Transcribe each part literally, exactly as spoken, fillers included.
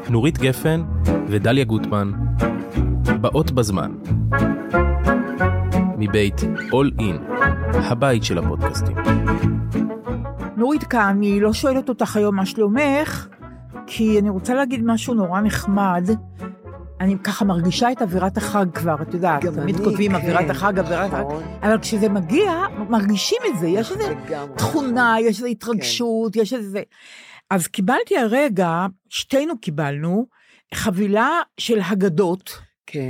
נורית גפן ודליה גוטמן, באות בזמן. מבית All In, הבית של הפודקאסטים. נורית כאן, אני לא שואלת אותך היום מה שלומך, כי אני רוצה להגיד משהו נורא נחמד. אני ככה מרגישה את אווירת החג כבר, את יודעת, תמיד כותבים אווירת החג, אווירת החג, אבל כשזה מגיע, מרגישים את זה, יש איזו תכונה, יש איזו התרגשות, יש איזה... אז קיבלתי הרגע, שתינו קיבלנו, חבילה של הגדות,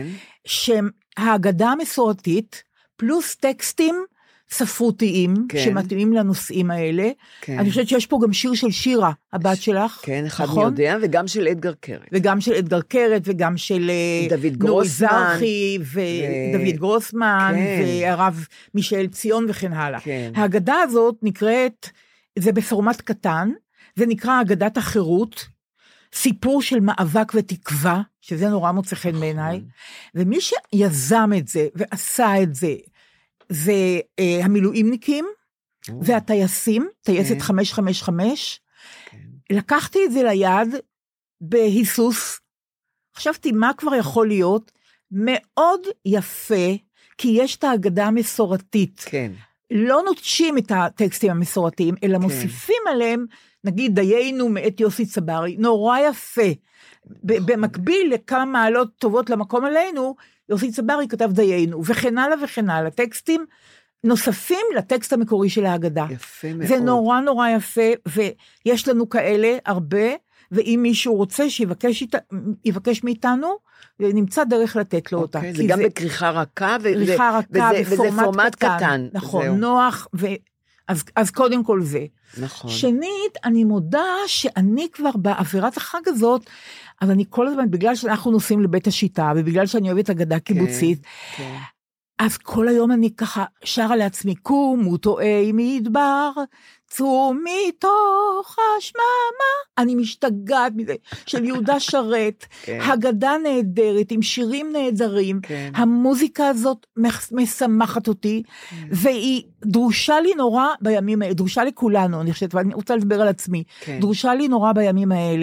שההגדה המסורתית, פלוס טקסטים ספרותיים, שמתאימים לנושאים האלה. אני חושבת שיש פה גם שיר של שירה, הבת שלך. כן, אחד מי יודע, וגם של אדגר קרת. וגם של אדגר קרת, וגם של נורי זרחי, ודוד גרוסמן, והרב מישאל ציון וכן הלאה. ההגדה הזאת נקראת, זה בפורמט קטן, זה נקרא אגדת החירות, סיפור של מאבק ותקווה, שזה נורא מוצא חן בעיניי, ומי שיזם את זה ועשה את זה, זה אה, המילואימניקים oh. והטייסים, טייסת okay. חמש חמש חמש, okay. לקחתי את זה ליד בהיסוס, חשבתי מה כבר יכול להיות, מאוד יפה, כי יש את ההגדה המסורתית, כן. לא נוטשים את הטקסטים המסורתיים, אלא כן. מוסיפים עליהם, נגיד דיינו מאת יוסי צברי, נורא יפה, במקביל לכמה מעלות טובות למקום עלינו, יוסי צברי כתב דיינו, וכן הלאה וכן הלאה, טקסטים נוספים לטקסט המקורי של ההגדה. יפה מאוד. זה נורא נורא יפה, ויש לנו כאלה הרבה, ואם מישהו רוצה שיבקש איתה, מאיתנו, נמצא דרך לתת לו אותה. זה גם בכריכה רכה, כריכה רכה, וזה פורמט קטן. נכון, נוח, אז קודם כל זה. נכון. שנית, אני מודה שאני כבר באווירת החג הזאת, אז אני כל הזמן, בגלל שאנחנו נוסעים לבית השיטה, ובגלל שאני אוהבת אגדה קיבוצית, כן, כן. אז כל היום אני ככה שרה לעצמי, קומו טועי מדבר, צאו מתוך השממה, אני משתגעת מזה, של יהודה שרת, כן. הגדה נהדרת, עם שירים נהדרים, כן. המוזיקה הזאת משמחת אותי, כן. והיא דרושה לי נורא בימים האלה, דרושה לכולנו, אני חושבת, ואני רוצה לדבר על עצמי, כן. דרושה לי נורא בימים האלה,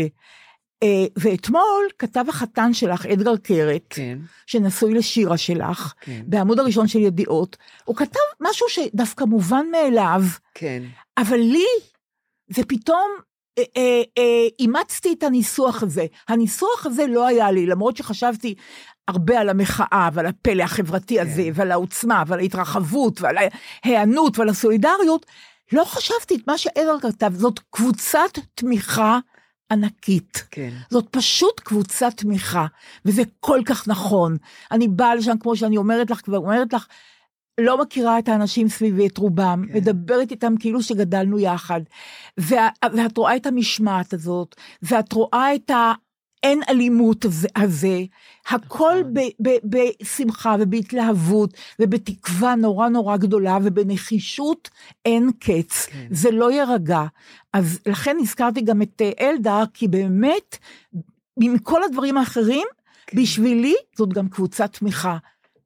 ואתמול כתב החתן שלך, אדגר קרת, כן. שנשוי לשירה שלך, כן. בעמוד הראשון של ידיעות, הוא כתב משהו שדווקא מובן מאליו, כן. אבל לי זה פתאום, אה, אה, אה, אימצתי את הניסוח הזה, הניסוח הזה לא היה לי, למרות שחשבתי הרבה על המחאה, ועל הפלא החברתי כן. הזה, ועל העוצמה, ועל ההתרחבות, ועל ההיענות, ועל הסולידריות, לא חשבתי את מה שאדגר כתב, זאת קבוצת תמיכה, ענקית. כן. זאת פשוט קבוצת תמיכה, וזה כל כך נכון. אני באה לשם, כמו שאני אומרת לך, כבר אומרת לך, לא מכירה את האנשים סביבי, את רובם, כן. מדברת איתם כאילו שגדלנו יחד, וה, ואת רואה את המשמעת הזאת, ואת רואה את האין אלימות הזה, הזה הכל ב, ב, בשמחה ובהתלהבות, ובתקווה נורא נורא גדולה, ובנחישות אין קץ, כן. זה לא ירגע. אז לכן הזכרתי גם את אלדר, כי באמת, מכל הדברים האחרים, כן. בשבילי זאת גם קבוצת תמיכה,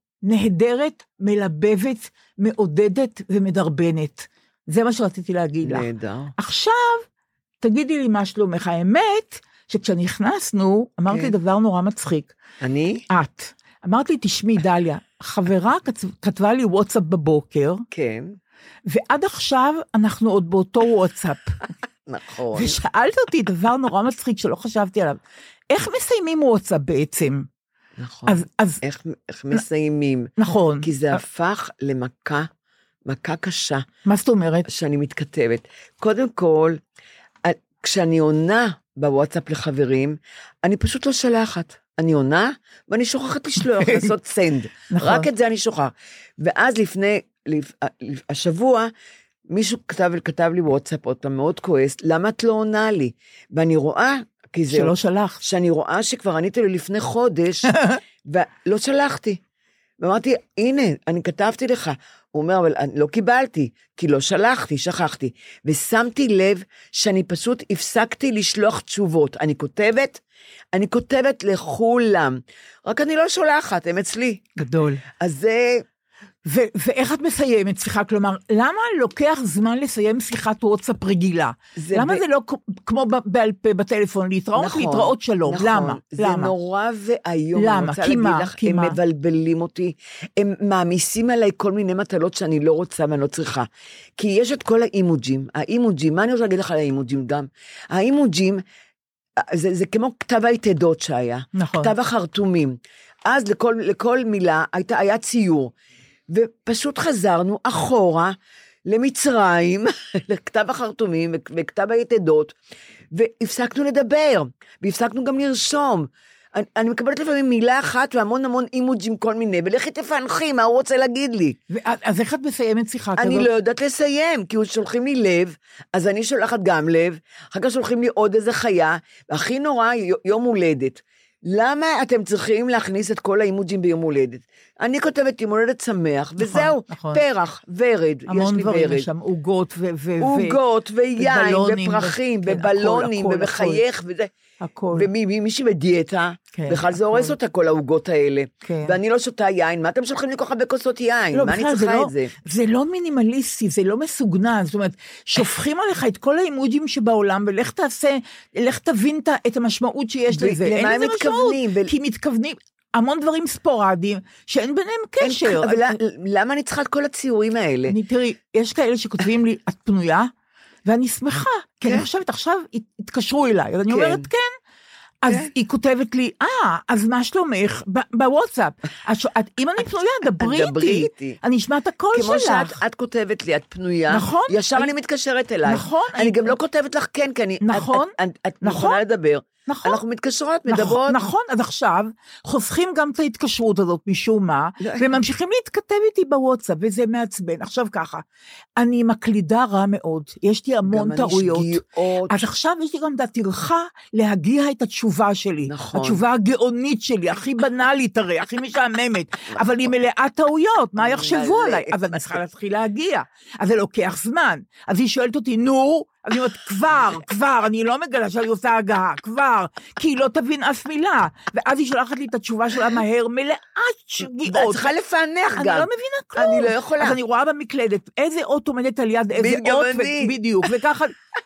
נהדרת, מלבבת, מעודדת ומדרבנת. זה מה שרציתי להגיד לך. נהדר. עכשיו, תגידי לי מה שלומך. האמת, שכשנכנסנו, אמרתי כן. דבר נורא מצחיק. אני? את. אמרתי לי, תשמעי דליה, חברה כתבה לי וואטסאפ בבוקר, כן. ועד עכשיו אנחנו עוד באותו וואטסאפ. נכון. ושאלת אותי דבר נורא מצחיק שלא חשבתי עליו. איך מסיימים וואטסאפ בעצם? נכון. אז, אז, איך, איך מסיימים? נכון. כי זה הפך למכה, מכה קשה. מה זאת אומרת? שאני מתכתבת. קודם כל, כשאני עונה בוואטסאפ לחברים, אני פשוט לא שלחת. אני עונה, ואני שוכחת לשלוח, לעשות סנד. נכון. רק את זה אני שוכח. ואז לפני, לפ, השבוע, מישהו כתב, כתב לי וואטסאפ, אותה מאוד כועס, למה את לא עונה לי? ואני רואה, כי זה... שלא שלח. שאני רואה שכבר עניתי לי לפני חודש, ולא שלחתי. ואמרתי, הנה, אני כתבתי לך. הוא אומר, אבל אני לא קיבלתי, כי לא שלחתי, שכחתי. ושמתי לב שאני פשוט הפסקתי לשלוח תשובות. אני כותבת, אני כותבת לכולם. רק אני לא שולחת, הם אצלי. גדול. אז זה... ו- ואיך את מסיימת שיחה? כלומר, למה לוקח זמן לסיים שיחת וואטסאפ רגילה? זה למה ב... זה לא כמו בעל פה בטלפון, להתראות, נכון, להתראות שלום? נכון, למה? זה למה? נורא והיום, למה? אני רוצה כי להגיד מה? לך, כי הם מה? מבלבלים אותי, הם מעמיסים עליי כל מיני מטלות שאני לא רוצה ואני לא צריכה, כי יש את כל האימוג'ים, האימוג'ים, מה אני רוצה להגיד לך על האימוג'ים גם? האימוג'ים, זה, זה כמו כתב היתדות שהיה, נכון. כתב החרטומים, אז לכל, לכל מילה הייתה, היה ציור, ופשוט חזרנו אחורה למצרים, לכתב החרטומים וכתב היתדות, והפסקנו לדבר, והפסקנו גם לרשום. אני, אני מקבלת לפעמים מילה אחת והמון המון אימוג'ים כל מיני, ולכי תפענחי, מה הוא רוצה להגיד לי? אז איך את מסיימת שיחה כזאת? אני לא יודעת לסיים, כי הוא שולחים לי לב, אז אני שולחת גם לב, אחר כך שולחים לי עוד איזה חיה, והכי נורא יום הולדת. למה אתם צריכים להכניס את כל האימוג'ים ביום הולדת? אני כותבת יום הולדת שמח, וזהו, פרח, ורד, יש לי ורד. יש שם עוגות ו... עוגות ויין ופרחים ובלונים ומחייך וזה. ומי שבדיאטה, בכלל זה הורס אותה כל העוגות האלה. ואני לא שותה יין, מה אתם שולחים לי כל כך בכוסות יין? מה אני צריכה את זה? זה לא מינימליסטי, זה לא מסוגנן, זאת אומרת, שופכים עליך את כל האימוג'ים שבעולם, ולך תעשה, לך תבין את המשמעות שיש לזה. למה הם מתכוונים? כי מתכוונים, המון דברים ספורדיים, שאין ביניהם קשר. אבל למה אני צריכה את כל הציורים האלה? תראי, יש כאלה שכותבים לי, את פנויה, ואני שמחה, כי אני חושבת, עכשיו התקשרו אליי, אז אני אומרת כן, אז היא כותבת לי, אה, אז מה שלומך בוואטסאפ? אם אני פנויה, דברי איתי, אני אשמע את הקול שלך. כמו שאת כותבת לי, את פנויה, ישר אני מתקשרת אליי. נכון. אני גם לא כותבת לך כן, כי את מוכנה לדבר. נכון. אנחנו מתקשרות, מדברות. נכון, אז עכשיו חוסכים גם את ההתקשרות הזאת משום מה, וממשיכים להתכתב איתי בוואטסאפ, וזה מעצבן. עכשיו ככה, אני מקלידה רע מאוד, יש לי המון טעויות. אז עכשיו יש לי גם את הטרחה להגיע את התשובה שלי. נכון. התשובה הגאונית שלי, הכי בנאלית הרי, הכי משעממת, אבל היא מלאה טעויות, מה יחשבו עליי? אז אני צריכה להתחיל להגיע. אז זה לוקח זמן. אז היא שואלת אותי, נו, אני אומרת, כבר, כבר, אני לא מגלה שאני עושה הגעה, כבר, כי היא לא תבין אף מילה, ואז היא שולחת לי את התשובה שלה מהר, מלאת שגיאות. ואת צריכה לפענח גם. אני לא מבינה כלום. אני לא יכולה. אז אני רואה במקלדת, איזה אות עומדת על יד, איזה אות, בדיוק, וככה,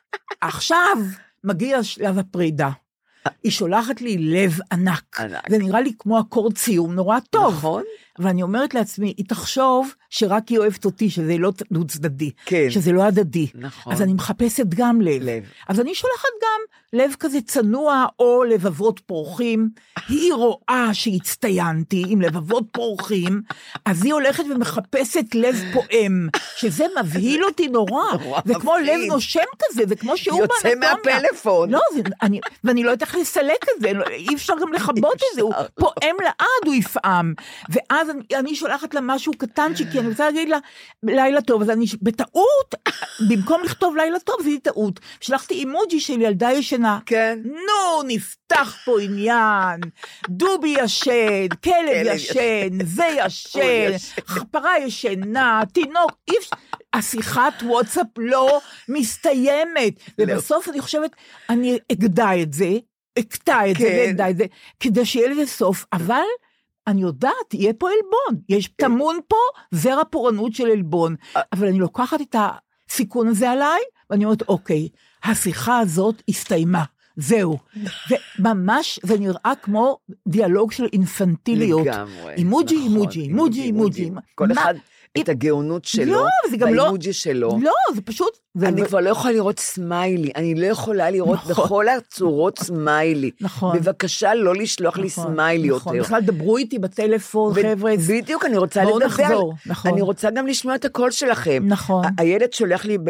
עכשיו מגיע שלב הפרידה. היא שולחת לי לב ענק. זה נראה לי כמו אקורד סיום נורא טוב. נכון. אבל אני אומרת לעצמי, היא תחשוב שרק היא אוהבת אותי, שזה לא דו צדדי, כן. שזה לא הדדי. נכון. אז אני מחפשת גם לב. לב. אז אני שולחת גם לב כזה צנוע, או לבבות פורחים. היא רואה שהצטיינתי עם לבבות פורחים, אז היא הולכת ומחפשת לב פועם, שזה מבהיל אותי נורא. זה כמו לב נושם כזה, זה כמו שהוא יוצא מהפלאפון. לא, זה, אני, ואני לא יודעת איך לסלק את זה, אי אפשר גם לחבות את זה, הוא פועם לעד, הוא יפעם. ואז אני, אני שולחת לה משהו קטנצ'י, כי אני רוצה להגיד לה, לילה טוב, אז אני בטעות, במקום לכתוב לילה טוב, זה היא טעות. שלחתי אימוג'י של ילדה ישנה. כן. נו, נפתח פה עניין, דובי ישן, כלב ישן, זה ישן, פרה ישנה, תינוק, השיחת וואטסאפ לא מסתיימת. ובסוף אני חושבת, אני אגדע את זה, אקטע את זה, ואגדע את זה, כדי שיהיה לזה סוף, אבל אני יודעת, יהיה פה אלבון, יש תמון פה זרע פורענות של אלבון, אבל אני לוקחת את הסיכון הזה עליי, ואני אומרת, אוקיי, השיחה הזאת הסתיימה, זהו. וממש זה נראה כמו דיאלוג של אינפנטיליות. לגמרי. אימוג'י, אימוג'י, אימוג'י, אימוג'י. כל אחד את הגאונות שלו, לא, זה גם לא, והאימוג'י שלו. לא, זה פשוט. אני כבר לא יכולה לראות סמיילי, אני לא יכולה לראות בכל הצורות סמיילי. נכון. בבקשה לא לשלוח לי סמיילי יותר. נכון, בכלל דברו איתי בטלפון, חבר'ה. בדיוק, אני רוצה לדבר. אני רוצה גם לשמוע את הקול שלכם. נכון. הילד שולח לי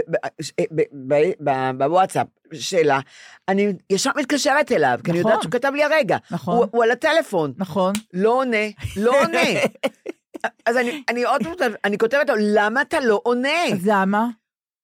בוואטסאפ שאלה, אני ישר מתקשרת אליו, כי אני יודעת שהוא כתב לי הרגע. נכון. הוא על הטלפון. נכון. לא עונה, לא עונה. אז אני עוד פעם, אני כותבת לו, למה אתה לא עונה? אז למה?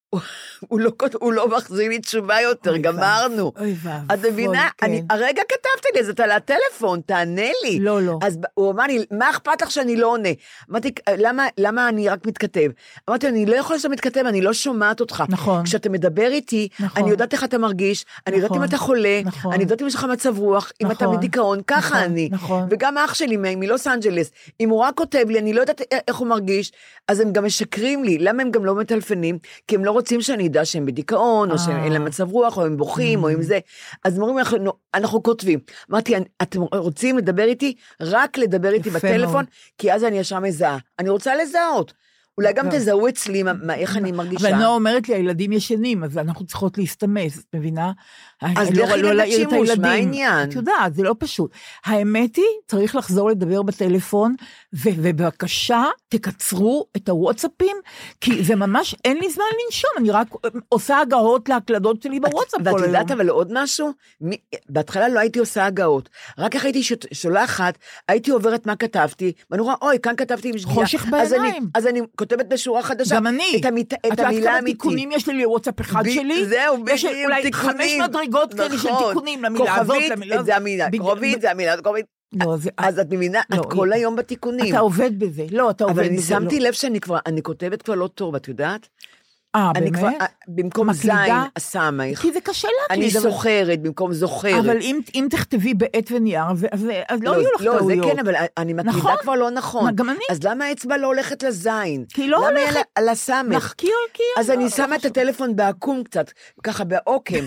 הוא לא, הוא לא מחזיר לי תשובה יותר, גמרנו. אוי ואבוי, את מבינה? כן. אני, הרגע כתבתי לי, אז אתה לטלפון, תענה לי. לא, לא. אז הוא אמר לי, מה אכפת לך שאני לא עונה? אמרתי, למה, למה אני רק מתכתב? אמרתי, אני לא יכולה שאתה מתכתב, אני לא שומעת אותך. נכון. כשאתה מדבר איתי, נכון. אני יודעת איך אתה מרגיש, אני יודעת אם אתה חולה, נכון. אני יודעת אם יש לך מצב רוח, אם אתה נכון. בדיכאון, ככה נכון. אני. נכון. וגם אח שלי מלוס אנג'לס, אם הוא רק כותב לי, אני לא יודעת איך הוא מרגיש, אז הם גם משקרים לי. למה הם גם לא מטלפנים? כי הם לא רוצים שאני אדע שהם בדיכאון, או שאין להם מצב רוח, או הם בוכים, או עם זה. אז הם אומרים, אנחנו, אנחנו כותבים. אמרתי, אתם רוצים לדבר איתי? רק לדבר איתי בטלפון, כי אז אני ישר מזהה. אני רוצה לזהות. אולי גם תזהו אצלי, מה, איך אני מרגישה. אבל נועה אומרת לי, הילדים ישנים, אז אנחנו צריכות להסתמס, את מבינה? אז לך ילד שימוש, מה העניין? את יודעת, זה לא פשוט. האמת היא, צריך לחזור לדבר בטלפון, ובבקשה, תקצרו את הוואטסאפים, כי זה ממש, אין לי זמן לנשום, אני רק עושה הגאות להקלדות שלי בוואטסאפ כל היום. ואת יודעת אבל עוד משהו? בהתחלה לא הייתי עושה הגאות, רק איך הייתי שולחת, הייתי עוברת מה כתבתי, ואני רואה, אוי, כאן כתבתי עם שגיאה. חושך בעיניים. אז אני כותבת בשורה חדשה. גם אני. את, המיט, את המילה האמיתית. תיקונים יש לי לוואטסאפ אחד ב... שלי. זהו, בדיוק, יש אולי חמש מדרגות כאלה של תיקונים למילה הזאת. כוכבית, זה המילה. קרובית, זה המילה. אז את מבינה, את כל היום בתיקונים. אתה עובד בזה. לא, אתה עובד בזה. אבל אני שמתי לב שאני כבר, אני כותבת כבר לא טוב, את יודעת? אה, באמת? כבר, במקום זין, הסמך. כי זה קשה להקליד. אני זוכרת, במקום זוכרת. אבל אם, אם תכתבי בעט ונייר, אז, אז לא, לא יהיו לך לא, טעויות. זה כן, אבל אני מקלידה נכון? כבר לא נכון. גם אני. אז למה האצבע לא הולכת לזין? כי לא למה הולכת. למה על הסמך? נחקיר, כי... אז אני שמה את הטלפון בעקום קצת, ככה בעוקם,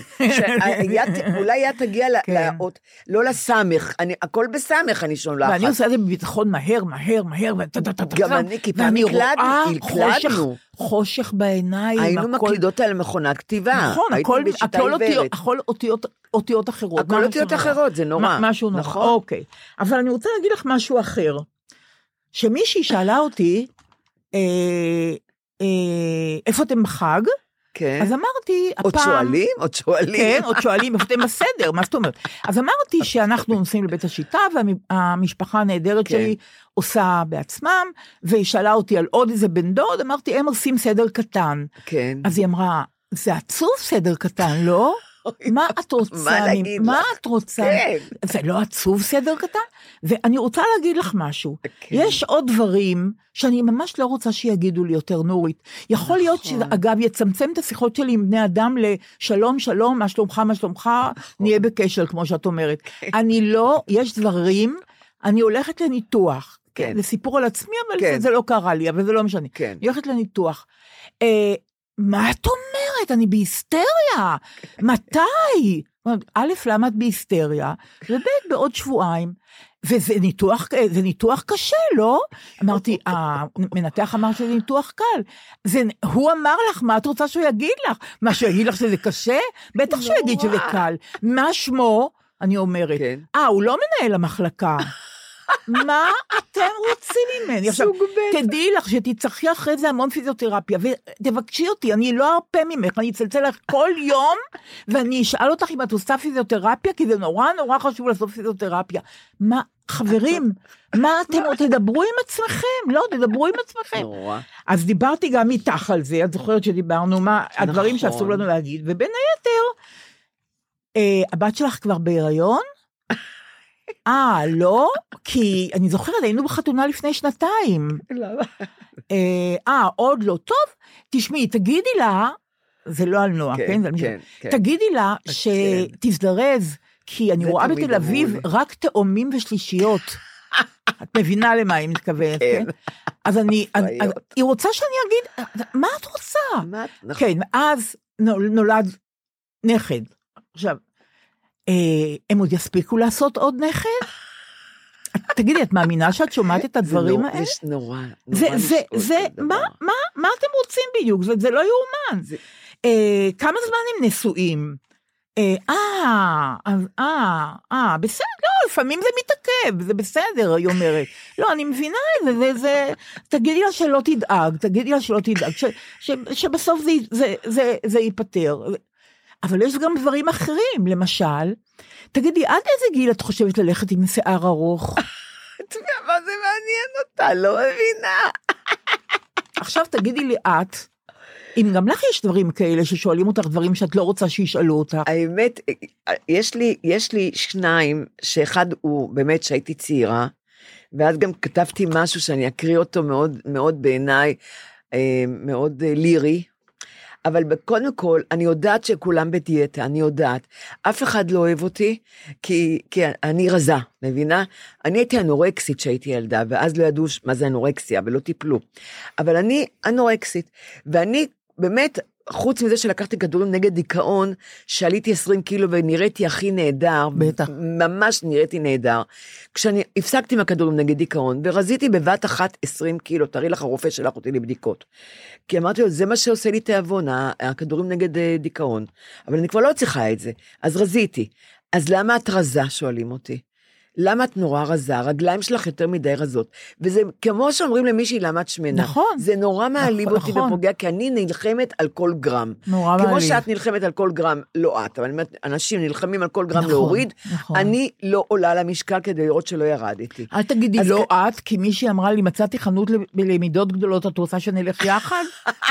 שאולי יד תגיע לאות, לא לסמך, הכל בסמך אני שולחת. ואני עושה את זה בביטחון מהר, מהר, מהר, גם אני, כי פעם הקלדנו. חושך בעיניים. היינו מקלידות על מכונת כתיבה. נכון, הכל אותיות אחרות. הכל אותיות אחרות, זה נורא. משהו נורא, אוקיי. אבל אני רוצה להגיד לך משהו אחר. שמישהי שאלה אותי, איפה אתם בחג? כן. אז אמרתי, עוד שואלים? עוד שואלים? כן, עוד שואלים, איפה אתם בסדר, מה זאת אומרת? אז אמרתי שאנחנו נוסעים לבית השיטה, והמשפחה הנהדרת שלי עושה בעצמם, והיא שאלה אותי על עוד איזה בן דוד, אמרתי, הם עושים סדר קטן. כן. אז היא אמרה, זה עצוב סדר קטן, לא? מה את רוצה? מה להגיד לך? מה את רוצה? כן. זה לא עצוב סדר קטן? ואני רוצה להגיד לך משהו. יש עוד דברים שאני ממש לא רוצה שיגידו לי יותר, נורית. יכול להיות שאגב יצמצם את השיחות שלי עם בני אדם לשלום, שלום, מה שלומך, מה שלומך, נהיה בקשר, כמו שאת אומרת. אני לא, יש דברים, אני הולכת לניתוח. זה סיפור על עצמי, אבל זה לא קרה לי, אבל זה לא משנה. אני הולכת לניתוח. מה את אומרת? אני בהיסטריה. מתי? א', למה את בהיסטריה? וב', בעוד שבועיים. וזה ניתוח, זה ניתוח קשה, לא? אמרתי, המנתח אמר שזה ניתוח קל. זה, הוא אמר לך, מה את רוצה שהוא יגיד לך? מה שהוא יגיד לך שזה קשה? בטח שהוא יגיד שזה קל. מה שמו? אני אומרת. אה, הוא לא מנהל המחלקה. מה אתם רוצים ממני? עכשיו, תדעי לך שתצטרכי אחרי זה המון פיזיותרפיה, ותבקשי אותי, אני לא ארפה ממך, אני אצלצל לך כל יום, ואני אשאל אותך אם את עושה פיזיותרפיה, כי זה נורא נורא חשוב לעשות פיזיותרפיה. מה, חברים, מה אתם, תדברו עם עצמכם, לא, תדברו עם עצמכם. אז דיברתי גם איתך על זה, את זוכרת שדיברנו, מה הדברים שאסור לנו להגיד, ובין היתר, הבת שלך כבר בהיריון, אה, לא? כי אני זוכרת, היינו בחתונה לפני שנתיים. למה? אה, עוד לא. טוב, תשמעי, תגידי לה, זה לא על נועה, כן? תגידי לה שתזדרז, כי אני רואה בתל אביב רק תאומים ושלישיות. את מבינה למה היא מתכוונת, כן? אז אני, היא רוצה שאני אגיד, מה את רוצה? כן, אז נולד נכד. עכשיו, הם עוד יספיקו לעשות עוד נכד? תגידי, את מאמינה שאת שומעת את הדברים האלה? זה נורא, נורא. מה אתם רוצים בדיוק? זה לא יאומן. כמה זמן הם נשואים? אה, אה, אה, בסדר, לא, לפעמים זה מתעכב, זה בסדר, היא אומרת. לא, אני מבינה את זה, זה, תגידי לה שלא תדאג, תגידי לה שלא תדאג, שבסוף זה ייפטר. אבל יש גם דברים אחרים, למשל, תגידי, עד איזה גיל את חושבת ללכת עם שיער ארוך? אתה יודע, מה זה מעניין אותה? לא מבינה. עכשיו תגידי לי את, אם גם לך יש דברים כאלה ששואלים אותך דברים שאת לא רוצה שישאלו אותך. האמת, יש לי, יש לי שניים, שאחד הוא באמת שהייתי צעירה, ואז גם כתבתי משהו שאני אקריא אותו מאוד, מאוד בעיניי, מאוד לירי, אבל קודם כל, אני יודעת שכולם בדיאטה, אני יודעת. אף אחד לא אוהב אותי, כי, כי אני רזה, מבינה? אני הייתי אנורקסית שהייתי ילדה, ואז לא ידעו מה זה אנורקסיה, ולא טיפלו. אבל אני אנורקסית, ואני באמת, חוץ מזה שלקחתי כדורים נגד דיכאון, שעליתי עשרים קילו ונראיתי הכי נהדר, בטח. ממש נראיתי נהדר, כשאני הפסקתי מהכדורים נגד דיכאון, ורזיתי בבת אחת עשרים קילו, תראי לך הרופא שלח אותי לבדיקות, כי אמרתי לו, זה מה שעושה לי תיאבון, הכדורים נגד דיכאון, אבל אני כבר לא צריכה את זה, אז רזיתי, אז למה את רזה, שואלים אותי? למה את נורא רזה? הרגליים שלך יותר מדי רזות. וזה כמו שאומרים למישהי, למה את שמנה? נכון. זה נורא מעליב נכון, אותי נכון. ופוגע, כי אני נלחמת על כל גרם. נורא כמו מעליב. שאת נלחמת על כל גרם, לא את, אבל אנשים נלחמים על כל גרם נכון, להוריד, נכון. אני לא עולה למשקל כדי לראות שלא ירדתי. אל תגידי אז לא כ- את, כי מישהי אמרה לי, מצאתי חנות למידות גדולות, את רוצה שנלך יחד?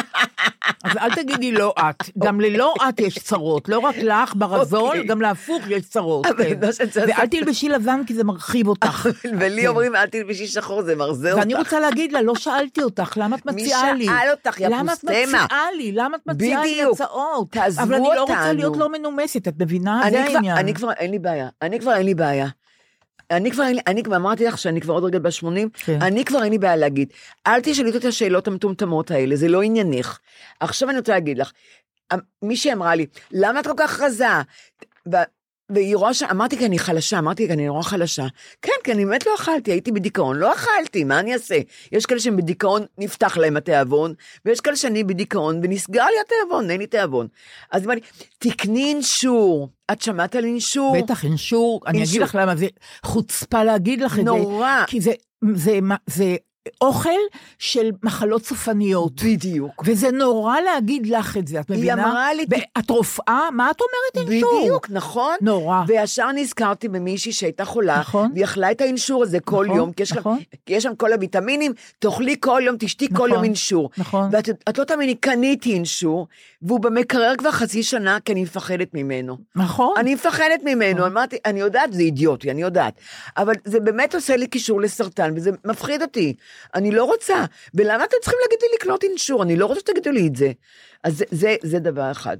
אז אל תגידי לא את, גם ללא את יש צרות, לא רק לך ברזול, אוקיי. גם להפוך יש צרות. אבל כן. לא שאת- ואל תלבשי לבן כי זה מרחיב אותך. ולי אומרים, אל תלבשי שחור, זה מרזה אותך. ואני רוצה להגיד לה, לא שאלתי אותך, למה את מי מציעה לי? שאל אותך, יא למה את פוסטמה? מציעה לי? למה את מציעה לי בדיוק. הצעות? תעזבו אבל אני לא רוצה אותנו. להיות לא מנומסת, את מבינה? אני זה כבר- העניין. אני כבר אין לי בעיה, אני כבר אין לי בעיה. אני כבר אין לי, אני כבר אמרתי לך שאני כבר עוד רגע ב-שמונים, כן. אני כבר אין לי בעיה להגיד, אל תשאלי אותי את השאלות המטומטמות האלה, זה לא עניינך. עכשיו אני רוצה להגיד לך, מישהי אמרה לי, למה את כל כך רזה? ו- והיא רואה ש... אמרתי כי אני חלשה, אמרתי כי אני נורא חלשה. כן, כי אני באמת לא אכלתי, הייתי בדיכאון, לא אכלתי, מה אני אעשה? יש כאלה שהם בדיכאון, נפתח להם התיאבון, ויש כאלה שאני בדיכאון, ונסגר לי התיאבון, אין לי תיאבון. אז אמרתי, תקני אינשור, את שמעת על אינשור? בטח, אינשור, אני אגיד אינשור. לך למה, זה חוצפה להגיד לך את זה. נורא. כי זה, זה, זה אוכל של מחלות סופניות. בדיוק. וזה נורא להגיד לך את זה, את מבינה? אמרה לי- את רופאה? מה את אומרת אינשור? בדיוק, נכון? נורא. וישר נזכרתי במישהי שהייתה חולה, נכון. והיא אכלה את האינשור הזה כל נכון, יום, כי יש, נכון. לה, כי יש שם כל הוויטמינים, תאכלי כל יום, תשתי כל נכון, יום אינשור. נכון. ואת את לא תאמיני, קניתי אינשור, והוא במקרר כבר חצי שנה, כי אני מפחדת ממנו. נכון. אני מפחדת ממנו, אמרתי, אני יודעת, זה אידיוטי, אני יודעת, אבל זה באמת עושה לי קישור לסרטן, וזה מפחיד אותי, אני לא רוצה, ולמה אתם צריכים להגיד לי לקנות אינשור? אני לא רוצה שתגידו לי את זה. אז זה, זה, זה דבר אחד.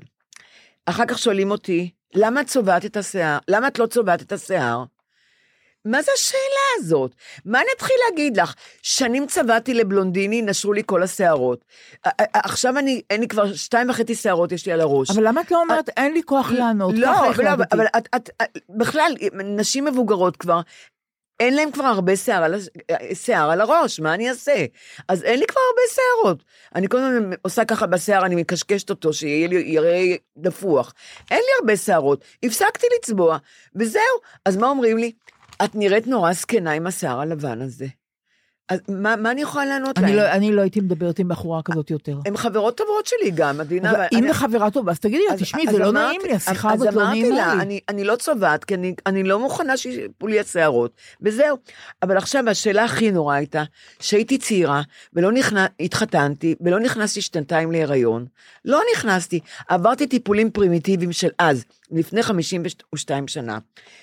אחר כך שואלים אותי, למה את צובעת את השיער? למה את לא צובעת את השיער? מה זה השאלה הזאת? מה אני אתחיל להגיד לך? שנים צבעתי לבלונדיני, נשרו לי כל השערות. עכשיו אני, אין לי כבר שתיים וחצי שערות יש לי על הראש. אבל למה את לא אומרת, אין לי כוח לענות? לא, ככה אבל, החלטתי. אבל את, את, את, בכלל, נשים מבוגרות כבר, אין להם כבר הרבה שיער על, שיער על הראש, מה אני אעשה? אז אין לי כבר הרבה שיערות. אני קודם עושה ככה בשיער, אני מקשקשת אותו, שיהיה לי, יראה דפוח. אין לי הרבה שיערות, הפסקתי לצבוע, וזהו. אז מה אומרים לי? את נראית נורא סקנה עם השיער הלבן הזה. אז מה, מה אני יכולה לענות אני להם? לא, אני לא הייתי מדברת עם בחורה כזאת יותר. הן חברות טובות שלי גם, עדינה. אבל אם אני- היא חברה טובה, אז תגידי לה, אז- תשמעי, אז זה לא אמרתי- נעים לי, השיחה אז הזאת לא אמרתי נעימה לה, לי. אני, אני לא צובעת, כי אני, אני לא מוכנה שיפו לי השערות, וזהו. אבל עכשיו השאלה הכי נורא הייתה, שהייתי צעירה, ולא נכנס, התחתנתי, ולא נכנסתי שנתיים להיריון, לא נכנסתי, עברתי טיפולים פרימיטיביים של אז, לפני חמישים ושתיים שנה,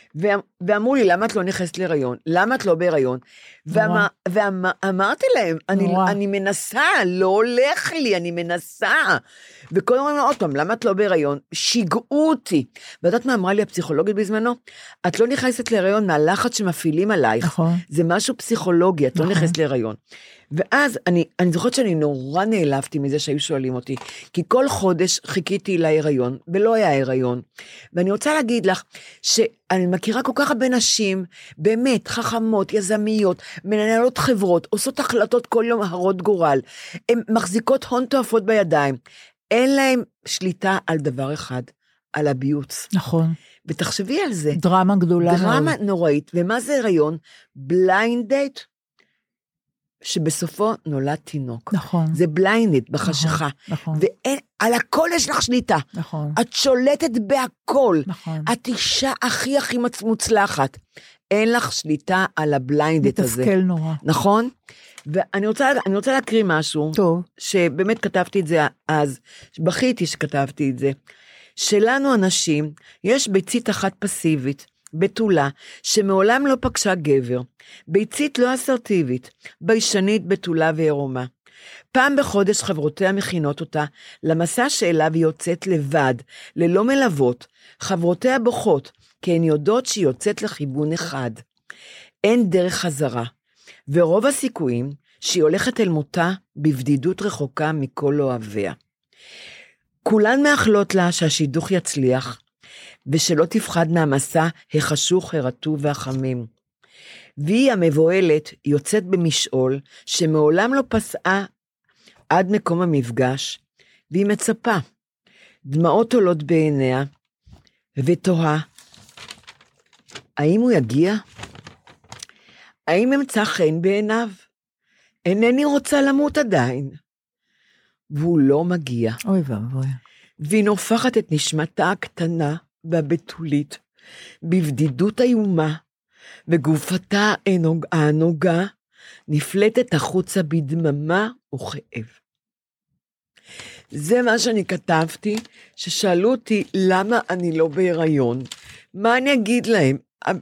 ואמרו לי, למה את לא נכנסת להיריון? למה את לא בהיריון? ואמרתי להם, אני, אני מנסה, לא הולך לי, אני מנסה. וכל אומרים לו, עוד פעם, למה את לא בהיריון? שיגעו אותי. ויודעת מה אמרה לי הפסיכולוגית בזמנו? את לא נכנסת להיריון מהלחץ שמפעילים עלייך. נכון. זה משהו פסיכולוגי, את לא נכון. נכנסת להיריון. ואז אני, אני זוכרת שאני נורא נעלבתי מזה שהיו שואלים אותי, כי כל חודש חיכיתי להיריון, ולא היה הריון. ואני רוצה להגיד לך, שאני מכירה כל כך הרבה נשים, באמת, חכמות, יזמיות, מנהלות חברות, עושות החלטות כל יום הרות גורל, הן מחזיקות הון תועפות בידיים, אין להן שליטה על דבר אחד, על הביוץ. נכון. ותחשבי על זה. דרמה גדולה. דרמה מאוד. נוראית, ומה זה הריון? בליינד דייט, שבסופו נולד תינוק. נכון. זה בליינד בחשיכה. נכון. ואין, על הכל יש לך שליטה. נכון. את שולטת בהכל. נכון. את אישה הכי הכי מוצלחת. אין לך שליטה על הבליינדט הזה. מתסכל נורא. נכון? ואני רוצה, אני רוצה להקריא משהו, טוב. שבאמת כתבתי את זה אז, בכיתי שכתבתי את זה. שלנו אנשים, יש ביצית אחת פסיבית, בתולה, שמעולם לא פגשה גבר, ביצית לא אסרטיבית, ביישנית, בתולה ועירומה. פעם בחודש חברותיה מכינות אותה למסע שאליו היא יוצאת לבד, ללא מלוות, חברותיה בוכות, כי הן יודעות שהיא יוצאת לכיוון אחד. אין דרך חזרה, ורוב הסיכויים שהיא הולכת אל מותה בבדידות רחוקה מכל אוהביה. כולן מאחלות לה שהשידוך יצליח, ושלא תפחד מהמסע החשוך, הרטוב והחמים. והיא המבועלת יוצאת במשעול, שמעולם לא פסעה עד מקום המפגש, והיא מצפה. דמעות עולות בעיניה, ותוהה, האם הוא יגיע? האם אמצא חן בעיניו? אינני רוצה למות עדיין. והוא לא מגיע. אוי ואבוי. והיא נופחת את נשמתה הקטנה והבתולית, בבדידות איומה, וגופתה הנוגה נפלטת החוצה בדממה וכאב. זה מה שאני כתבתי, ששאלו אותי למה אני לא בהיריון. מה אני אגיד להם?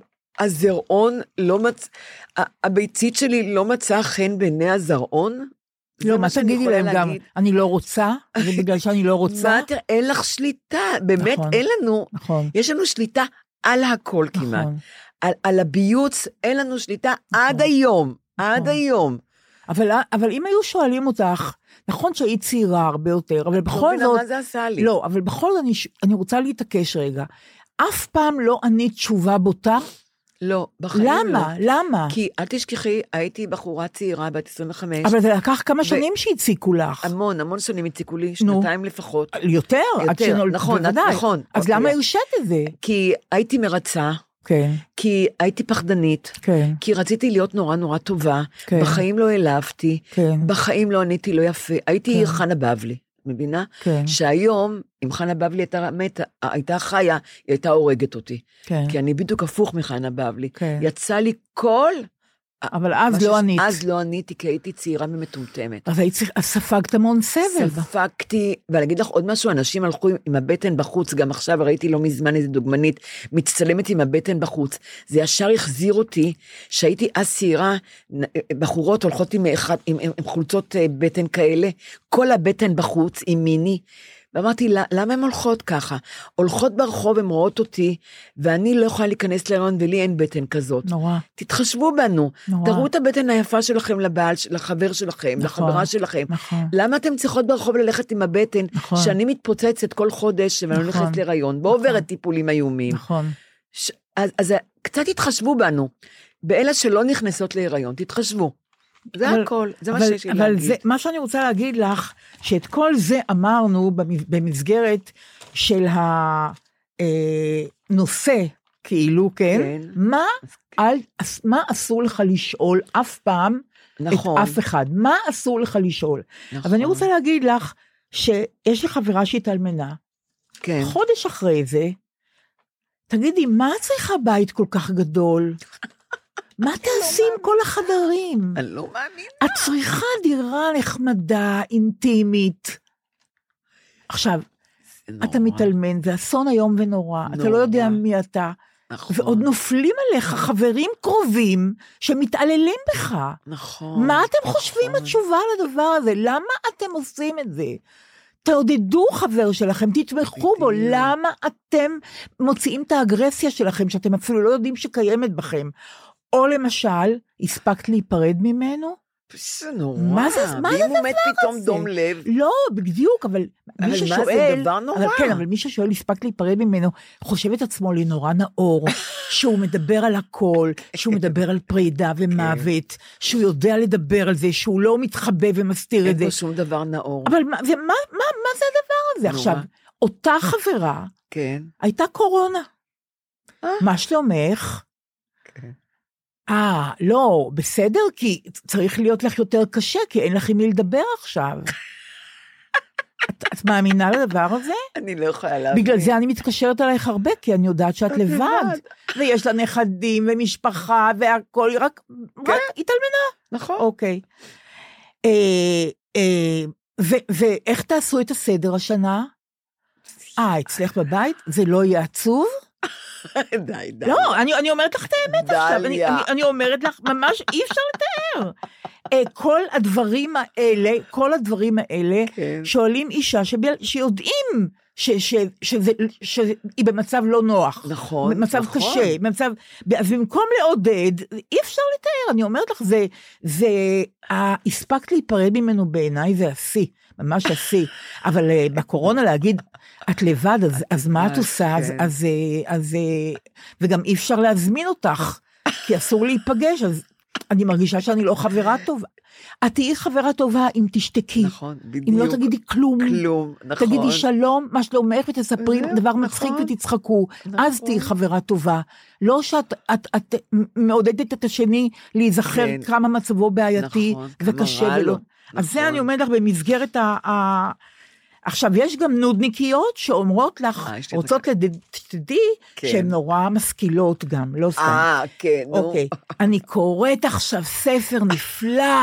הזרעון לא מצ... הביצית שלי לא מצאה חן בעיני הזרעון? לא, מה תגידי להם גם, אני לא רוצה, זה בגלל שאני לא רוצה. מה, תראה, אין לך שליטה, באמת אין לנו, יש לנו שליטה על הכל כמעט. על הביוץ אין לנו שליטה עד היום, עד היום. אבל אם היו שואלים אותך, נכון שהיא צעירה הרבה יותר, אבל בכל זאת, מה זה עשה לי? לא, אבל בכל זאת אני רוצה להתעקש רגע, אף פעם לא ענית תשובה בוטה, לא, בחיים לא. למה? למה? כי אל תשכחי, הייתי בחורה צעירה בת עשרים וחמש. אבל זה לקח כמה שנים שהציקו לך. המון, המון שנים הציקו לי, שנתיים לפחות. יותר? יותר, נכון, נכון. אז למה הרשת את זה? כי הייתי מרצה, כן. כי הייתי פחדנית, כן. כי רציתי להיות נורא נורא טובה, כן. בחיים לא העלבתי, כן. בחיים לא עניתי לא יפה, הייתי כן. חנה בבלי. מבינה? כן. שהיום, אם חנה בבלי הייתה מתה, הייתה חיה, היא הייתה הורגת אותי. כן. כי אני בדיוק הפוך מחנה בבלי. כן. יצא לי כל... אבל אז לא ענית. אז לא עניתי, כי הייתי צעירה ומטומטמת. אז ספגת המון סבל. ספגתי, ואני אגיד לך עוד משהו, אנשים הלכו עם הבטן בחוץ, גם עכשיו ראיתי לא מזמן איזו דוגמנית, מצטלמת עם הבטן בחוץ. זה ישר החזיר אותי, שהייתי אז צעירה, בחורות הולכות עם, אחד, עם, עם, עם חולצות בטן כאלה, כל הבטן בחוץ, עם מיני, ואמרתי, למה הן הולכות ככה? הולכות ברחוב, הן רואות אותי, ואני לא יכולה להיכנס להיריון, ולי אין בטן כזאת. נורא. תתחשבו בנו. נורא. תראו את הבטן היפה שלכם לבעל, לחבר שלכם, נכון, לחברה שלכם. נכון. למה אתם צריכות ברחוב ללכת עם הבטן, נכון. שאני מתפוצצת כל חודש, ואני נכון. הולכת להיריון, בואו נכון. עוברת טיפולים איומים. נכון. ש... אז, אז קצת תתחשבו בנו. באלה שלא נכנסות להיריון, תתחשבו. זה אבל, הכל, זה מה שיש לי אבל להגיד. זה, מה שאני רוצה להגיד לך, שאת כל זה אמרנו במסגרת של הנושא, כאילו, כן? כן. מה, על, מה אסור לך לשאול אף פעם נכון. את אף אחד? מה אסור לך לשאול? נכון. אבל אני רוצה להגיד לך, שיש לי חברה שהתאלמנה, כן. חודש אחרי זה, תגידי, מה צריכה בית כל כך גדול? מה תעשי עם כל החדרים? אני לא מאמינה. את צריכה דירה נחמדה, אינטימית. עכשיו, אתה מתאלמן, זה אסון היום ונורא, אתה לא יודע מי אתה, ועוד נופלים עליך חברים קרובים שמתעללים בך. נכון. מה אתם חושבים התשובה לדבר הזה? למה אתם עושים את זה? תעודדו חבר שלכם, תתמכו בו, למה אתם מוציאים את האגרסיה שלכם, שאתם אפילו לא יודעים שקיימת בכם? או למשל, הספקת להיפרד ממנו? זה נורא. מה זה הדבר הזה? ואם הוא מת פתאום דום לב? לא, בדיוק, אבל מי ששואל... אבל מה זה דבר נורא? אבל כן, אבל מי ששואל הספקת להיפרד ממנו, חושב את עצמו לי נורא נאור, שהוא מדבר על הכל, שהוא מדבר על פרידה ומוות, שהוא יודע לדבר על זה, שהוא לא מתחבא ומסתיר את זה. אין פה שום דבר נאור. אבל מה זה הדבר הזה? עכשיו, אותה חברה, הייתה קורונה. מה שלומך? כן. אה, לא, בסדר, כי צריך להיות לך יותר קשה, כי אין לך עם מי לדבר עכשיו. את, את מאמינה לדבר הזה? אני לא יכולה להבין. בגלל זה אני מתקשרת עלייך הרבה, כי אני יודעת שאת לבד. ויש לה נכדים ומשפחה והכל, רק, רק התאלמנה. נכון. אוקיי. אה, אה, ואיך תעשו את הסדר השנה? אה, אצלך בבית? זה לא יהיה עצוב? די, די. לא, אני, אני אומרת לך את האמת עכשיו. אני, אני, אני אומרת לך, ממש אי אפשר לתאר. כל הדברים האלה, כל הדברים האלה, כן. שואלים אישה שב, שיודעים ש, ש, שזה, שהיא במצב לא נוח. נכון, במצב נכון. קשה, במצב, אז במקום לעודד, אי אפשר לתאר, אני אומרת לך, זה, זה, הספקת להיפרד ממנו בעיניי, זה השיא, ממש השיא. אבל uh, בקורונה להגיד, את לבד, אז, אז מה את עושה? אז, אז, אז, וגם אי אפשר להזמין אותך, כי אסור להיפגש, אז אני מרגישה שאני לא חברה טובה. את תהיי חברה טובה אם תשתקי. נכון, בדיוק. אם לא תגידי כלום. כלום, נכון. תגידי שלום, מה שלומך, ותספרי דבר מצחיק ותצחקו. אז תהיי חברה טובה. לא שאת את, את מעודדת את השני להיזכר כמה מצבו בעייתי וקשה ולא. אז זה אני אומרת לך במסגרת ה... עכשיו, יש גם נודניקיות שאומרות לך, רוצות לדעתי, שהן נורא משכילות גם, לא סתם. אה, כן, נו. אוקיי, אני קוראת עכשיו ספר נפלא,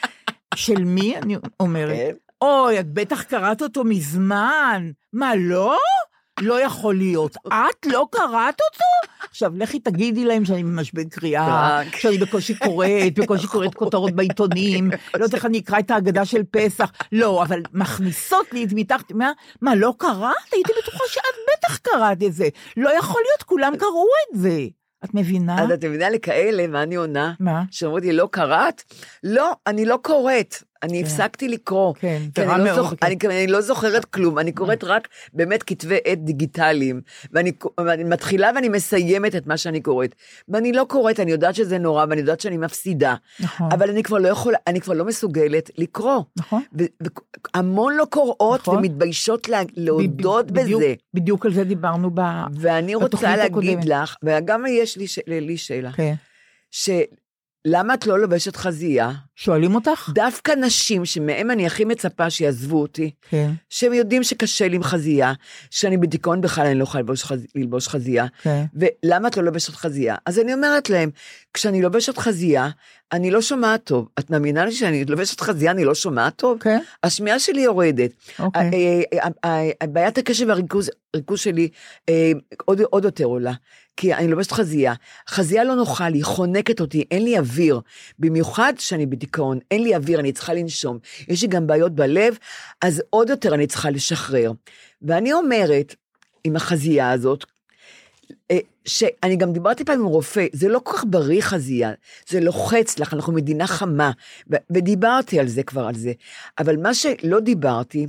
של מי, אני אומרת, אוי, את בטח קראת אותו מזמן, מה, לא? לא יכול להיות. את לא קראת אותו? עכשיו, לכי תגידי להם שאני משבר קריאה, שאני בקושי קוראת, בקושי קוראת כותרות בעיתונים, לא יודעת איך אני אקרא את ההגדה של פסח, לא, אבל מכניסות לי את מתחת, מה, מה, לא קראת? הייתי בטוחה שאת בטח קראת את זה. לא יכול להיות, כולם קראו את זה. את מבינה? אז את מבינה לכאלה, מה אני עונה? מה? שאומרת לי, לא קראת? לא, אני לא קוראת. אני הפסקתי לקרוא. כן, כי אני לא זוכ- אני, אני לא זוכרת כלום, אני קוראת רק באמת כתבי עת דיגיטליים, ואני, ואני מתחילה ואני מסיימת את מה שאני קוראת. ואני לא קוראת, אני יודעת שזה נורא, ואני יודעת שאני מפסידה. נכון. אבל אני כבר לא יכולה, אני כבר לא מסוגלת לקרוא. נכון. והמון לא קוראות נכון. ומתביישות לה, להודות בדיוק, בזה. בדיוק על זה דיברנו ב... ואני רוצה להגיד הקודמת. לך, וגם יש לי, ש... לי שאלה, כן. ש... למה את לא לובשת חזייה? שואלים אותך? דווקא נשים שמהם אני הכי מצפה שיעזבו אותי, כן. שהם יודעים שקשה לי עם חזייה, שאני בדיכאון בכלל אני לא יכולה ללבוש, חז... ללבוש חזייה, כן. ולמה את לא לובשת חזייה? אז אני אומרת להם, כשאני לובשת חזייה, אני לא שומעת טוב. את מאמינה לי שאני לובשת חזייה, אני לא שומעת טוב? כן. השמיעה שלי יורדת. אוקיי. בעיית הקשב והריכוז שלי עוד, עוד יותר עולה. כי אני לובשת חזייה, חזייה לא נוחה לי, חונקת אותי, אין לי אוויר, במיוחד שאני בדיכאון, אין לי אוויר, אני צריכה לנשום, יש לי גם בעיות בלב, אז עוד יותר אני צריכה לשחרר, ואני אומרת, עם החזייה הזאת, שאני גם דיברתי פעם עם רופא, זה לא כל כך בריא חזייה, זה לוחץ לך, אנחנו מדינה חמה, ודיברתי על זה כבר על זה, אבל מה שלא דיברתי,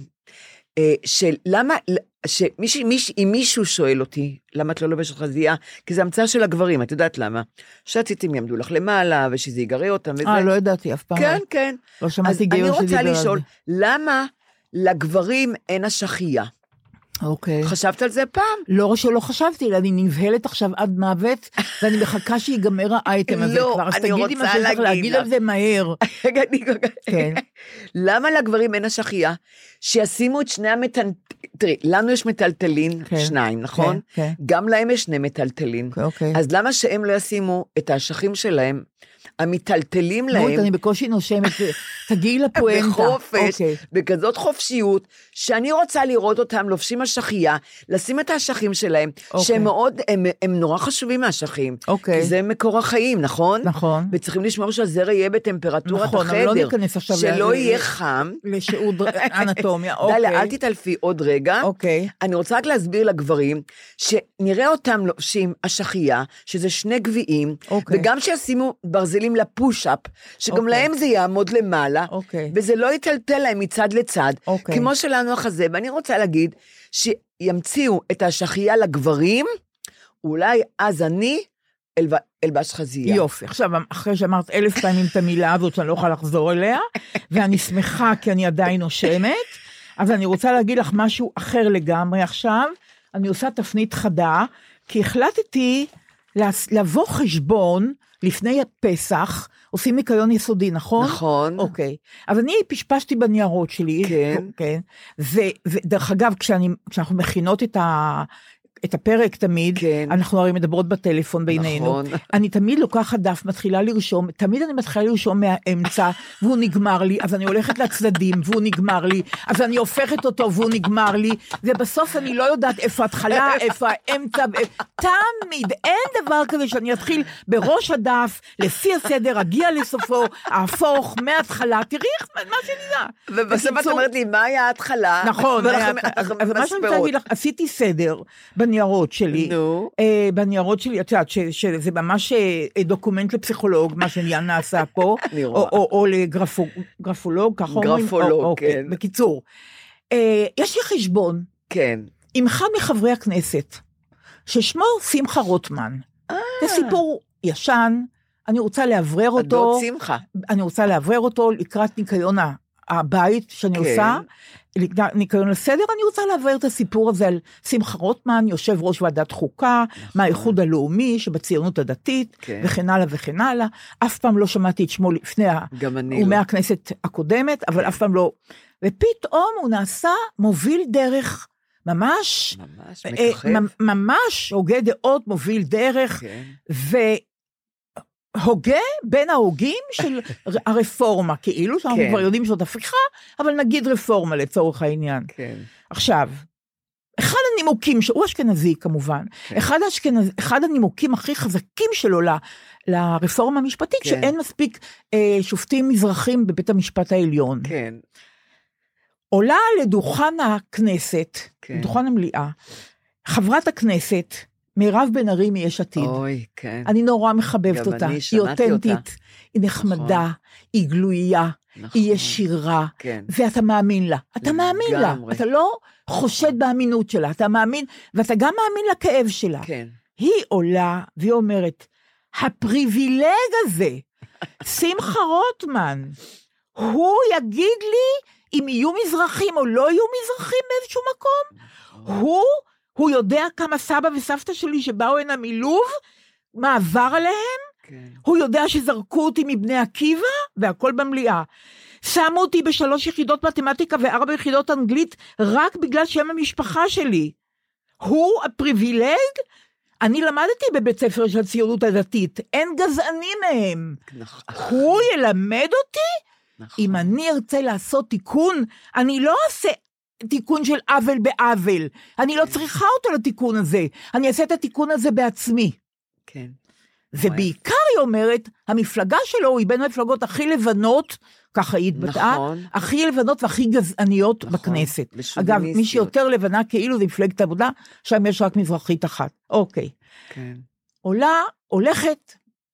שלמה, שמישהו, מיש, אם מישהו שואל אותי, למה את לא לובשת חזייה? כי זה המצאה של הגברים, את יודעת למה? שהציצים יעמדו לך למעלה, ושזה יגרה אותם וזה. אה, לא ידעתי אף פעם. כן, כן. לא שמעתי גיור שדיבר על זה. אז אני רוצה לשאול, למה לגברים אין השחייה? אוקיי. חשבת על זה פעם? לא שלא חשבתי, אני נבהלת עכשיו עד מוות, ואני מחכה שיגמר האייטם הזה כבר. לא, אני רוצה להגיד לך. להגיד על זה מהר. כן. למה לגברים אין השחייה? שישימו את שני המטלטלין, תראי, לנו יש מטלטלין, שניים, נכון? גם להם יש שני מטלטלין. אז למה שהם לא ישימו את האשכים שלהם, המטלטלים להם, נות, אני בקושי נושמת, תגיעי לפואנטה. בחופש, בכזאת חופשיות, שאני רוצה לראות אותם לובשים השחייה, לשים את האשכים שלהם, שהם מאוד, הם, הם נורא חשובים מהאשכים, כי זה מקור החיים, נכון? נכון. וצריכים לשמור שהזרע יהיה בטמפרטורת החדר, שלא יהיה חם, לשיעור אנטומיה, דליה, אל תתעלפי עוד רגע, אני רוצה רק להסביר לגברים, שנראה אותם לובשים השחייה, שזה שני גביעים, וגם שישימו ברזלים לפוש-אפ, שגם okay. להם זה יעמוד למעלה, okay. וזה לא יטלטל להם מצד לצד, okay. כמו שלנו החזה, ואני רוצה להגיד, שימציאו את השחייה לגברים, אולי אז אני אלב... אלבש חזייה. יופי, עכשיו אחרי שאמרת אלף פעמים את המילה הזאת, שאני לא יכולה לחזור אליה, ואני שמחה כי אני עדיין נושמת, אז אני רוצה להגיד לך משהו אחר לגמרי עכשיו, אני עושה תפנית חדה, כי החלטתי לבוא חשבון, לפני הפסח, עושים ניקיון יסודי, נכון? נכון. אוקיי. אז אני פשפשתי בניירות שלי. כן. כן. ודרך אגב, כשאני, כשאנחנו מכינות את ה... את הפרק תמיד, כן. אנחנו הרי מדברות בטלפון בינינו, נכון. אני תמיד לוקחת דף, מתחילה לרשום, תמיד אני מתחילה לרשום מהאמצע, והוא נגמר לי, אז אני הולכת לצדדים, והוא נגמר לי, אז אני הופכת אותו, והוא נגמר לי, ובסוף אני לא יודעת איפה התחלה, איפה האמצע, תמיד, אין דבר כזה שאני אתחיל בראש הדף, לפי הסדר, אגיע לסופו, ההפוך, מההתחלה, תראי מה שנדע. ובסוף את אומרת לי, מה היה ההתחלה? נכון, אז מה שאני רוצה להגיד לך, עשיתי סדר, בניירות שלי, נו. אה, בניירות שלי, את יודעת, שזה ממש אה, דוקומנט לפסיכולוג, מה שנהיה נעשה פה, או, או, או לגרפולוג, ככה אומרים? גרפולוג, או, כן. אוקיי, בקיצור, אה, יש לי חשבון, כן. עם אחד מחברי הכנסת, ששמו שמחה רוטמן, אה. זה סיפור ישן, אני רוצה לעברר אותו, הדוד שמחה. אני רוצה לעברר אותו לקראת ניקיון הבית שאני כן. עושה, ניקיון לסדר, אני רוצה לעבר את הסיפור הזה על שמחה רוטמן, יושב ראש ועדת חוקה, נכון. מהאיחוד הלאומי שבציונות הדתית, כן. וכן הלאה וכן הלאה, אף פעם לא שמעתי את שמו לפני, הוא לא. מהכנסת הקודמת, אבל כן. אף פעם לא, ופתאום הוא נעשה מוביל דרך, ממש, ממש מככב, ממש הוגה דעות מוביל דרך, כן. ו... הוגה בין ההוגים של הרפורמה, כאילו, שאנחנו כבר יודעים שזאת הפיכה, אבל נגיד רפורמה לצורך העניין. עכשיו, אחד הנימוקים, שהוא אשכנזי כמובן, אחד הנימוקים הכי חזקים שלו לרפורמה המשפטית, שאין מספיק שופטים מזרחים בבית המשפט העליון. כן. עולה לדוכן הכנסת, לדוכן המליאה, חברת הכנסת, מירב בן ארי מיש עתיד. אוי, כן. אני נורא מחבבת אותה. היא אותנטית, אותה. היא נחמדה, נכון. היא גלויה, נכון. היא ישירה, כן. ואתה מאמין לה. אתה מאמין לה. אתה לא חושד נכון. באמינות שלה, אתה מאמין, ואתה גם מאמין לכאב שלה. כן. היא עולה, והיא אומרת, הפריבילג הזה, שמחה רוטמן, הוא יגיד לי, אם יהיו מזרחים או לא יהיו מזרחים באיזשהו מקום, הוא... הוא יודע כמה סבא וסבתא שלי שבאו הנה מלוב, מה עבר עליהם, כן. הוא יודע שזרקו אותי מבני עקיבא, והכל במליאה. שמו אותי בשלוש יחידות מתמטיקה וארבע יחידות אנגלית, רק בגלל שם המשפחה שלי. הוא הפריבילג, אני למדתי בבית ספר של הציונות הדתית, אין גזענים מהם. נכון. הוא ילמד אותי, נכון. אם אני ארצה לעשות תיקון, אני לא אעשה... תיקון של עוול בעוול, אני לא צריכה אותו לתיקון הזה, אני אעשה את התיקון הזה בעצמי. כן. ובעיקר היא אומרת, המפלגה שלו היא בין המפלגות הכי לבנות, ככה היא התבטאה, נכון. הכי לבנות והכי גזעניות נכון. בכנסת. אגב, מי שיותר לבנה כאילו זה מפלגת עבודה, שם יש רק מזרחית אחת. אוקיי. כן. עולה, הולכת,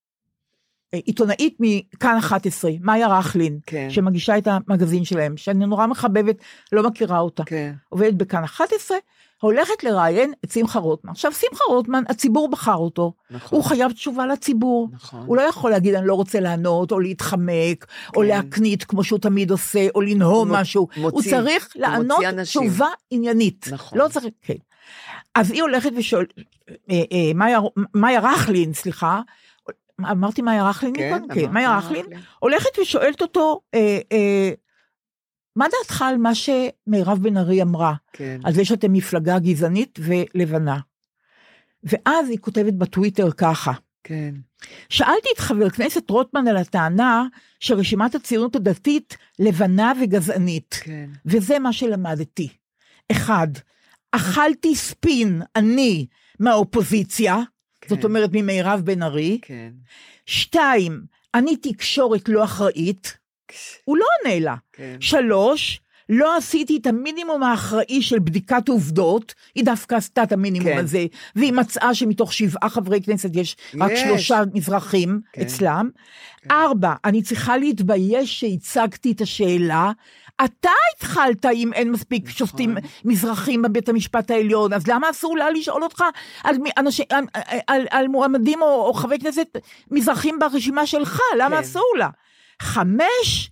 עיתונאית מכאן אחת עשרה, מאיה רחלין, כן. שמגישה את המגזין שלהם, שאני נורא מחבבת, לא מכירה אותה, כן. עובדת בכאן אחת עשרה, הולכת לראיין את שמחה רוטמן. עכשיו, שמחה רוטמן, הציבור בחר אותו, נכון. הוא חייב תשובה לציבור, נכון. הוא לא יכול להגיד, אני לא רוצה לענות, או להתחמק, כן. או להקנית, כמו שהוא תמיד עושה, או לנהום מוצ... משהו, מוציא, הוא צריך לענות תשובה עניינית, נכון. לא צריך, כן. אז היא הולכת ושואל, מאיה, מאיה רחלין, סליחה, אמרתי מאיה רחלין, כן, כן, מאיה רחלין, הולכת ושואלת אותו, אה, אה, מה דעתך על מה שמירב בן ארי אמרה, כן. על זה שאתם מפלגה גזענית ולבנה, ואז היא כותבת בטוויטר ככה, כן. שאלתי את חבר כנסת רוטמן על הטענה, שרשימת הציונות הדתית לבנה וגזענית, כן. וזה מה שלמדתי, אחד, אכלתי ספין, אני, מהאופוזיציה, כן. זאת אומרת ממירב בן ארי, כן. שתיים, אני תקשורת לא אחראית, הוא לא עונה לה, כן. שלוש, לא עשיתי את המינימום האחראי של בדיקת עובדות, היא דווקא עשתה את המינימום כן. הזה, והיא מצאה שמתוך שבעה חברי כנסת יש, יש. רק שלושה מזרחים כן. אצלם, כן. ארבע, אני צריכה להתבייש שהצגתי את השאלה, אתה התחלת אם אין מספיק נכון. שופטים מזרחים בבית המשפט העליון, אז למה אסור לה לשאול אותך על, אנשים, על, על, על מועמדים או, או חברי כנסת מזרחים ברשימה שלך, למה כן. אסור לה? חמש,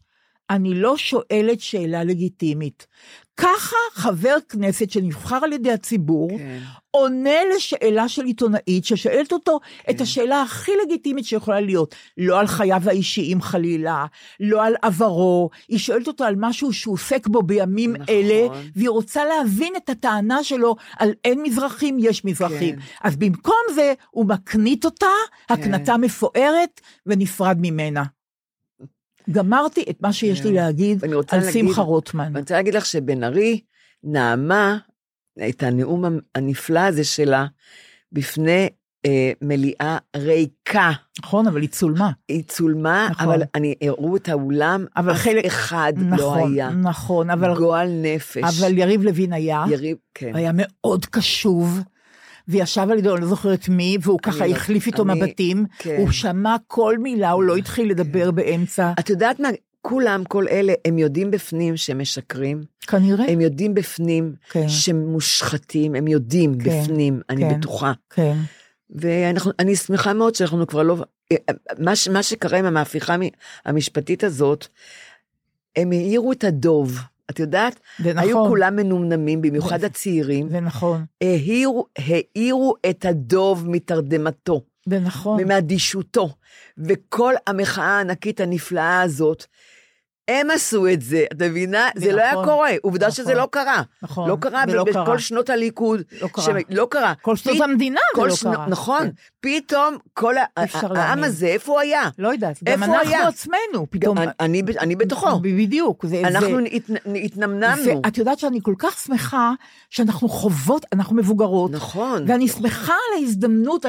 אני לא שואלת שאלה לגיטימית. ככה חבר כנסת שנבחר על ידי הציבור, כן. עונה לשאלה של עיתונאית, ששאלת אותו כן. את השאלה הכי לגיטימית שיכולה להיות, לא על חייו האישיים חלילה, לא על עברו, היא שואלת אותו על משהו שהוא עוסק בו בימים נכון. אלה, והיא רוצה להבין את הטענה שלו, על אין מזרחים, יש מזרחים. כן. אז במקום זה, הוא מקנית אותה, כן. הקנתה מפוארת, ונפרד ממנה. גמרתי את מה שיש לי להגיד על שמחה רוטמן. אני רוצה להגיד לך שבן ארי נעמה את הנאום הנפלא הזה שלה בפני אה, מליאה ריקה. נכון, אבל היא צולמה. היא צולמה, נכון. אבל אני הראו את האולם, אבל חלק אחד נכון, לא היה. נכון, אבל... גועל נפש. אבל יריב לוין היה. יריב, כן. היה מאוד קשוב. וישב על ידו, אני לא זוכרת מי, והוא ככה לא, החליף איתו אני, מבטים, כן. הוא שמע כל מילה, הוא לא התחיל לדבר כן. באמצע. את יודעת מה, כולם, כל אלה, הם יודעים בפנים שהם משקרים. כנראה. הם יודעים בפנים כן. שמושחתים, הם יודעים כן. בפנים, אני כן. בטוחה. כן. ואני שמחה מאוד שאנחנו כבר לא, מה, מה שקרה עם המהפיכה המשפטית הזאת, הם העירו את הדוב. את יודעת, היו כולם מנומנמים, במיוחד הצעירים. זה נכון. העירו את הדוב מתרדמתו. זה נכון. ומאדישותו. וכל המחאה הענקית הנפלאה הזאת, הם עשו את זה, את מבינה? זה לא היה קורה, עובדה שזה לא קרה. נכון. לא קרה בכל שנות הליכוד. לא קרה. לא קרה. כל שנות המדינה זה לא קרה. נכון. פתאום כל העם הזה, איפה הוא היה? לא יודעת. גם אנחנו עצמנו, פתאום. אני בתוכו. בדיוק. אנחנו התנמנמנו. ואת יודעת שאני כל כך שמחה, שאנחנו חוות, אנחנו מבוגרות. נכון. ואני שמחה על ההזדמנות,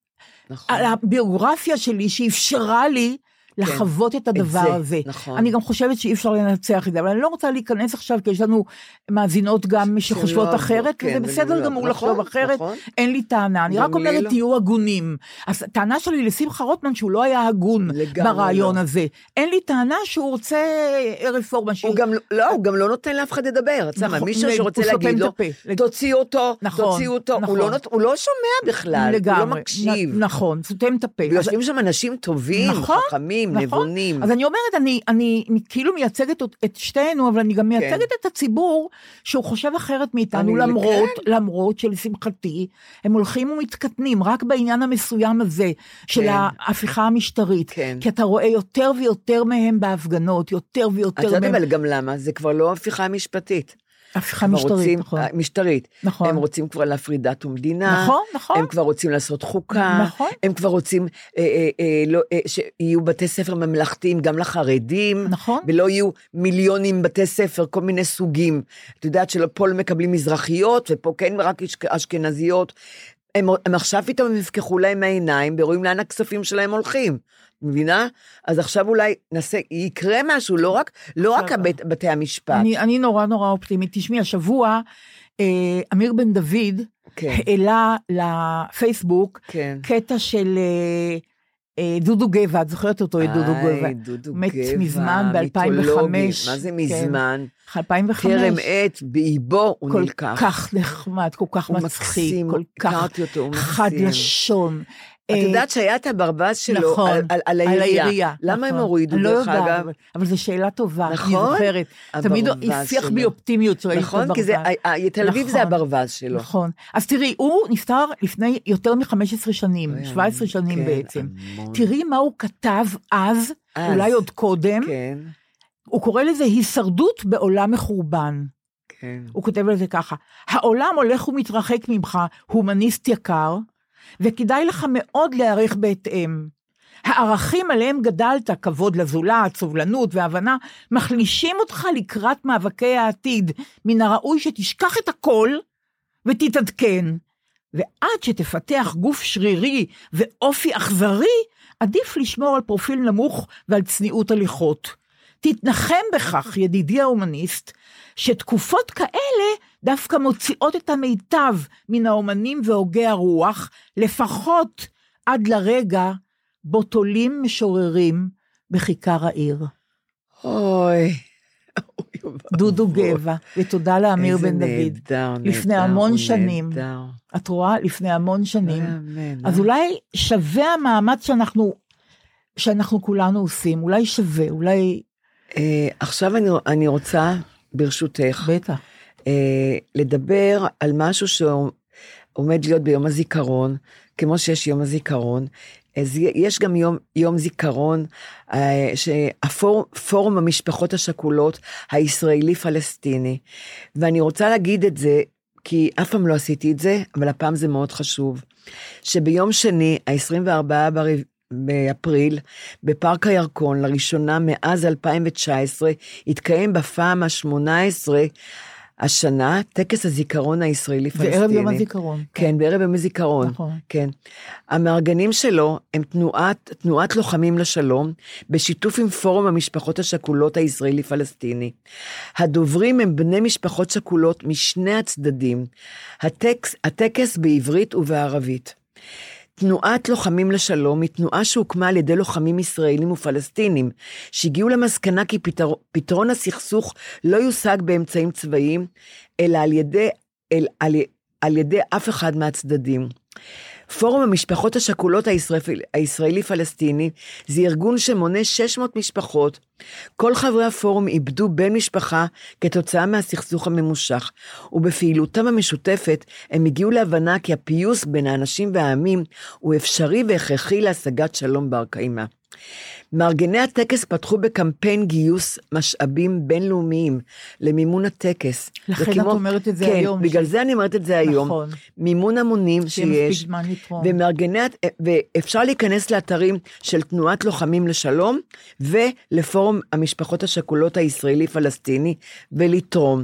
על הביוגרפיה שלי, שאפשרה לי, לחוות את הדבר זה, הזה. נכון. אני גם חושבת שאי אפשר לנצח את זה, אבל אני לא רוצה להיכנס עכשיו, כי יש לנו מאזינות גם שחושבות שלא, אחרת, כן, וזה בסדר גמור נכון, לחשוב אחרת, נכון. אין לי טענה. אני רק אומרת, לא. תהיו הגונים. אז הטענה שלי לשמחה רוטמן, שהוא לא היה הגון ברעיון לא. הזה. אין לי טענה שהוא רוצה רפורמה. הוא גם, לא, הוא גם לא נותן לאף אחד לדבר. נכון, מישהו שרוצה להגיד לו, תוציאו אותו, נכון, תוציאו אותו. נכון. הוא, לא, הוא לא שומע בכלל, לגמרי, הוא לא מקשיב. נכון, סותם את הפה. ויושבים שם אנשים טובים, נכון, חכמים, נכון? נבונים. אז אני אומרת, אני, אני כאילו מייצגת את שתינו, אבל אני גם מייצגת כן. את הציבור, שהוא חושב אחרת מאיתנו, למרות, כן. למרות שלשמחתי, הם הולכים ומתקטנים, רק בעניין המסוים הזה, של כן. ההפיכה המשטרית. כן. כי אתה רואה יותר ויותר מהם בהפגנות, יותר ויותר מהם. את יודעת אבל גם למה? זה כבר לא הפיכה משפטית. הפיכה משטרית, רוצים, נכון. משטרית. נכון. הם רוצים כבר להפריד דת ומדינה. נכון, נכון. הם כבר רוצים לעשות חוקה. נכון. הם כבר רוצים אה, אה, אה, לא, אה, שיהיו בתי ספר ממלכתיים גם לחרדים. נכון. ולא יהיו מיליונים בתי ספר, כל מיני סוגים. את יודעת שפה לא מקבלים מזרחיות, ופה כן רק אשכנזיות. הם, הם עכשיו פתאום הם יפקחו להם העיניים, ורואים לאן הכספים שלהם הולכים. מבינה? אז עכשיו אולי נעשה, יקרה משהו, לא רק, לא רק הבית, בתי המשפט. אני, אני נורא נורא אופטימית. תשמעי, השבוע, אה, אמיר בן דוד, כן. העלה לפייסבוק, כן. קטע של אה, אה, דודו גבע, את זוכרת אותו, את דודו גבע. איי, דודו מת גבע, מזמן, ב-אלפיים וחמש. מה זה מזמן? כן. אלפיים וחמש. קרם עת, באיבו הוא כל נלקח. כל כך נחמד, כל כך מצחיק, כל כך אותו, חד לשון. את יודעת שהיה את הברווז שלו נכון, על, על, על העירייה. למה נכון. הם הורידו לא דרך יודע, אגב? אבל, אבל זו שאלה טובה, נכון? אני זוכרת. תמיד הוא הפיח בי אופטימיות. נכון, כי זה, תל אביב נכון, זה הברווז שלו. נכון. אז תראי, הוא נפטר לפני יותר מ-חמש עשרה שנים, שבע עשרה שנים כן, בעצם. המון. תראי מה הוא כתב אז, אז אולי עוד קודם. כן. הוא קורא לזה הישרדות בעולם מחורבן. כן. הוא כותב לזה ככה, העולם הולך ומתרחק ממך, הומניסט יקר, וכדאי לך מאוד להעריך בהתאם. הערכים עליהם גדלת, כבוד לזולת, סובלנות והבנה, מחלישים אותך לקראת מאבקי העתיד, מן הראוי שתשכח את הכל ותתעדכן, ועד שתפתח גוף שרירי ואופי אכזרי, עדיף לשמור על פרופיל נמוך ועל צניעות הליכות. תתנחם בכך, ידידי ההומניסט, שתקופות כאלה דווקא מוציאות את המיטב מן האומנים והוגי הרוח, לפחות עד לרגע בו תולים משוררים בכיכר העיר. אוי. דודו גבע, ותודה לאמיר בן דוד. נהדר, לפני נהדר, המון שנים. נהדר. את רואה? לפני המון שנים. אמן, אז אולי שווה המאמץ שאנחנו, שאנחנו כולנו עושים, אולי שווה, אולי... אה, עכשיו אני, אני רוצה, ברשותך, בטח. אה, לדבר על משהו שעומד להיות ביום הזיכרון, כמו שיש יום הזיכרון, אז יש גם יום, יום זיכרון, אה, שהפורום המשפחות השכולות, הישראלי-פלסטיני, ואני רוצה להגיד את זה, כי אף פעם לא עשיתי את זה, אבל הפעם זה מאוד חשוב, שביום שני, ה-עשרים וארבעה באפריל, בפארק הירקון, לראשונה מאז אלפיים תשע עשרה, התקיים בפעם ה-שמונה עשרה, השנה, טקס הזיכרון הישראלי-פלסטיני. בערב יום הזיכרון. כן, בערב יום הזיכרון. נכון. כן. המארגנים שלו הם תנועת, תנועת לוחמים לשלום, בשיתוף עם פורום המשפחות השכולות הישראלי-פלסטיני. הדוברים הם בני משפחות שכולות משני הצדדים. הטקס, הטקס בעברית ובערבית. תנועת לוחמים לשלום היא תנועה שהוקמה על ידי לוחמים ישראלים ופלסטינים, שהגיעו למסקנה כי פתר, פתרון הסכסוך לא יושג באמצעים צבאיים, אלא על ידי, אל, על, על ידי אף אחד מהצדדים. פורום המשפחות השכולות הישראלי, הישראלי-פלסטיני, זה ארגון שמונה שש מאות משפחות. כל חברי הפורום איבדו בן משפחה כתוצאה מהסכסוך הממושך, ובפעילותם המשותפת הם הגיעו להבנה כי הפיוס בין האנשים והעמים הוא אפשרי והכרחי להשגת שלום בר קיימא. מארגני הטקס פתחו בקמפיין גיוס משאבים בינלאומיים למימון הטקס. לכן וכמו, את אומרת את זה כן, היום. בגלל ש... זה אני אומרת את זה היום. נכון. מימון המונים שיש, ומארגני, ואפשר להיכנס לאתרים של תנועת לוחמים לשלום, ולפורום המשפחות השכולות הישראלי-פלסטיני, ולתרום.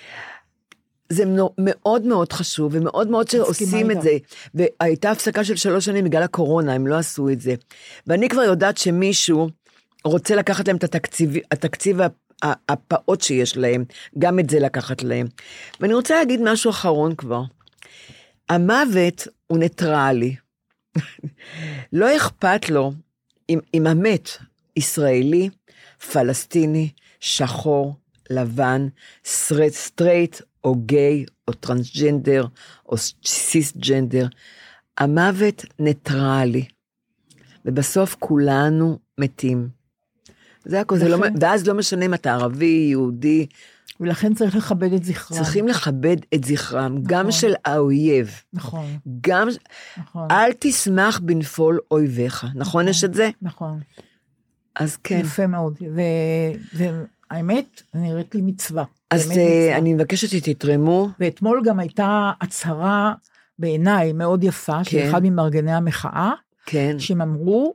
זה מאוד מאוד חשוב, ומאוד מאוד שעושים את זה, והייתה הפסקה של שלוש שנים בגלל הקורונה, הם לא עשו את זה, ואני כבר יודעת שמישהו רוצה לקחת להם את התקציב, התקציב הפעות שיש להם, גם את זה לקחת להם, ואני רוצה להגיד משהו אחרון כבר, המוות הוא ניטרלי, לא אכפת לו אם, אם המת ישראלי, פלסטיני, שחור, לבן, סטרייט, או גיי, או טרנסג'נדר, או סיסג'נדר, המוות ניטרלי, ובסוף כולנו מתים. זה הכל, זה לא, ואז לא משנה אם אתה ערבי, יהודי. ולכן צריך לכבד את זכרם. צריכים לכבד את זכרם, נכון. גם של האויב. נכון. גם, נכון. אל תשמח בנפול אויביך, נכון, נכון יש את זה? נכון. אז כן. יפה מאוד, והאמת, נראית לי מצווה. אז אני מבקשת שתתרמו. ואתמול גם הייתה הצהרה בעיניי מאוד יפה, של אחד ממארגני המחאה, שהם אמרו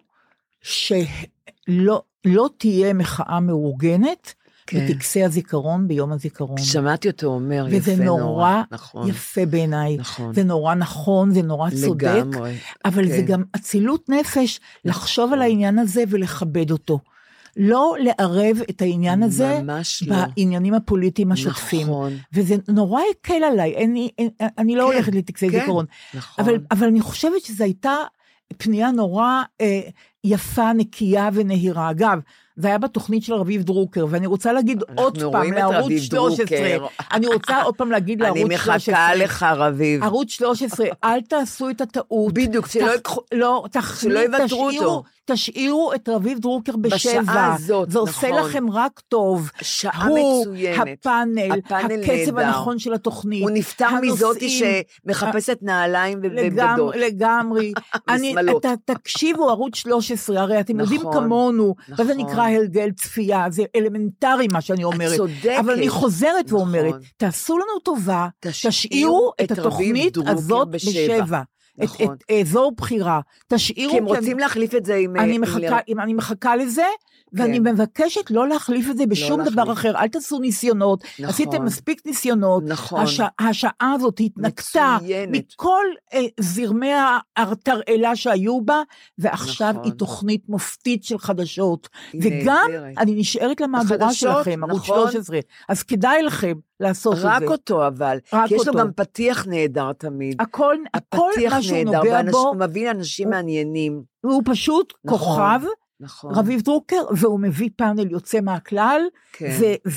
שלא לא תהיה מחאה מאורגנת, בטקסי הזיכרון ביום הזיכרון. שמעתי אותו אומר, יפה נורא. וזה נורא יפה בעיניי. זה נורא נכון, זה נורא צודק, אבל זה גם אצילות נפש לחשוב על העניין הזה ולכבד אותו. לא לערב את העניין הזה בעניינים הפוליטיים השוטפים. נכון. וזה נורא הקל עליי, אני, אני לא כן, הולכת לטקסי כן, זיכרון. נכון. אבל, אבל אני חושבת שזו הייתה פנייה נורא אה, יפה, נקייה ונהירה. אגב, זה היה בתוכנית של רביב דרוקר, ואני רוצה להגיד עוד פעם לערוץ שלוש עשרה, אני רוצה עוד פעם להגיד לערוץ שלוש עשרה, אני מחכה לך רביב. ערוץ שלוש עשרה, אל תעשו את הטעות. בדיוק, שלא יקחו, לא, יוותרו אותו. תשאירו את רביב דרוקר בשבע. בשעה הזאת, זה עושה לכם רק טוב. שעה מצוינת. הוא, הפאנל, הקצב הנכון של התוכנית. הוא נפטר מזאתי שמחפשת נעליים ובגדות. לגמרי. תקשיבו, ערוץ שלוש עשרה, הרי אתם יודעים כמונו, וזה נקרא הרגל צפייה, זה אלמנטרי מה שאני אומרת. אבל אני חוזרת ואומרת, תעשו לנו טובה, תשאירו את התוכנית הזאת בשבע. את, את אזור בחירה, תשאירו... כי הם רוצים להחליף את זה עם... אני מחכה, עם, אני מחכה לזה, ואני כן. מבקשת לא להחליף את זה בשום לא דבר להחליף. אחר, אל תעשו ניסיונות, נכון. עשיתם מספיק ניסיונות, נכון. הש, השעה הזאת התנקתה מכל אה, זרמי התרעלה שהיו בה, ועכשיו נכון. היא תוכנית מופתית של חדשות, וגם דרך. אני נשארת למהדורה החדשות, שלכם, ערוץ נכון. שלוש עשרה, אז כדאי לכם לעשות את זה. רק אותו אבל, כי יש לו גם פתיח נהדר תמיד. הכל, הכל מה שהוא נוגע בו. הוא מביא אנשים מעניינים. הוא פשוט כוכב, נכון. רביב דרוקר, והוא מביא פאנל יוצא מהכלל, כן.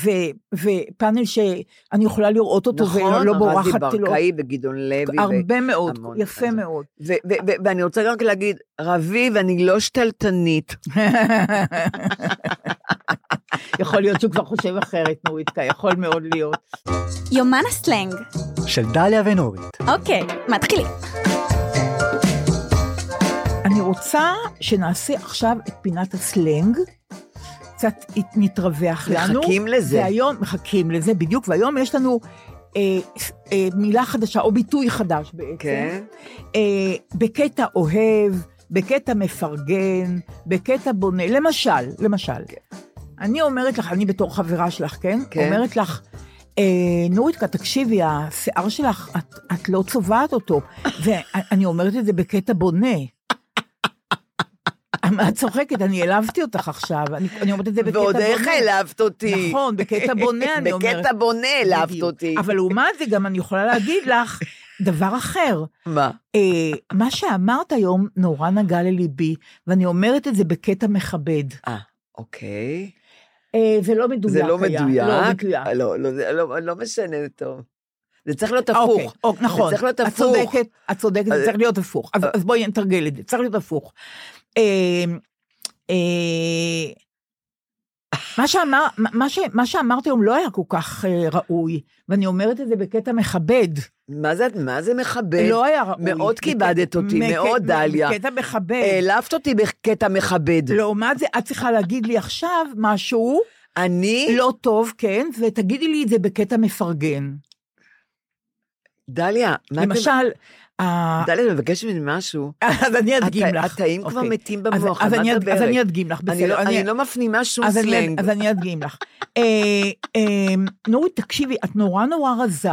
ופאנל שאני יכולה לראות אותו, נכון, ולא בורחת. נכון, רזי ברקאי וגדעון לוי. הרבה מאוד, יפה מאוד. ואני רוצה רק להגיד, רביב, אני לא שתלטנית. יכול להיות שהוא כבר חושב אחרת, נוריתקה, יכול מאוד להיות. יומן הסלנג. של דליה ונורית. אוקיי, מתחילים. אני רוצה שנעשה עכשיו את פינת הסלנג, קצת נתרווח לנו. מחכים לזה. והיום, מחכים לזה בדיוק, והיום יש לנו אה, אה, מילה חדשה, או ביטוי חדש בעצם. כן. אה, בקטע אוהב, בקטע מפרגן, בקטע בונה, למשל, למשל. כן. אני אומרת לך, אני בתור חברה שלך, כן? כן. אומרת לך, אה, נוריתקה, תקשיבי, השיער שלך, את, את לא צובעת אותו. ואני אומרת את זה בקטע בונה. את צוחקת, אני העלבתי אותך עכשיו, אני, אני אומרת את זה בקטע בונה. ועוד איך העלבת אותי. נכון, בקטע בונה אני אומרת. בקטע בונה העלבת אותי. אבל לעומת זה גם אני יכולה להגיד לך דבר אחר. מה? אה, מה שאמרת היום נורא נגע לליבי, ואני אומרת את זה בקטע מכבד. אה, אוקיי. אה, זה לא מדויק. זה לא היה, מדויק? לא מדויק. לא, לא, זה לא, לא משנה טוב. זה צריך להיות הפוך. אוקיי, נכון. זה צריך להיות את הפוך. צודקת, את צודקת, זה צריך להיות הפוך. אז, אז בואי נתרגל את זה, צריך להיות הפוך. אה, אה, מה שאמר, מה, ש, מה שאמרתי היום לא היה כל כך אה, ראוי, ואני אומרת את זה בקטע מכבד. מה זה, מה זה מכבד? לא היה ראוי. מאוד כיבדת אותי, מקט, מאוד דליה. בקטע מכבד. העלבת אותי בקטע מכבד. לעומת זה, את צריכה להגיד לי עכשיו משהו, אני? לא טוב, כן, ותגידי לי את זה בקטע מפרגן. דליה, מה למשל, דליה, מבקש ממני משהו. אז אני אדגים לך. התאים כבר מתים במוח, אז על מה מדברת? אז אני אדגים לך, בסדר. אני לא מפנימה שום סלנג. אז אני אדגים לך. נורית, תקשיבי, את נורא נורא רזה,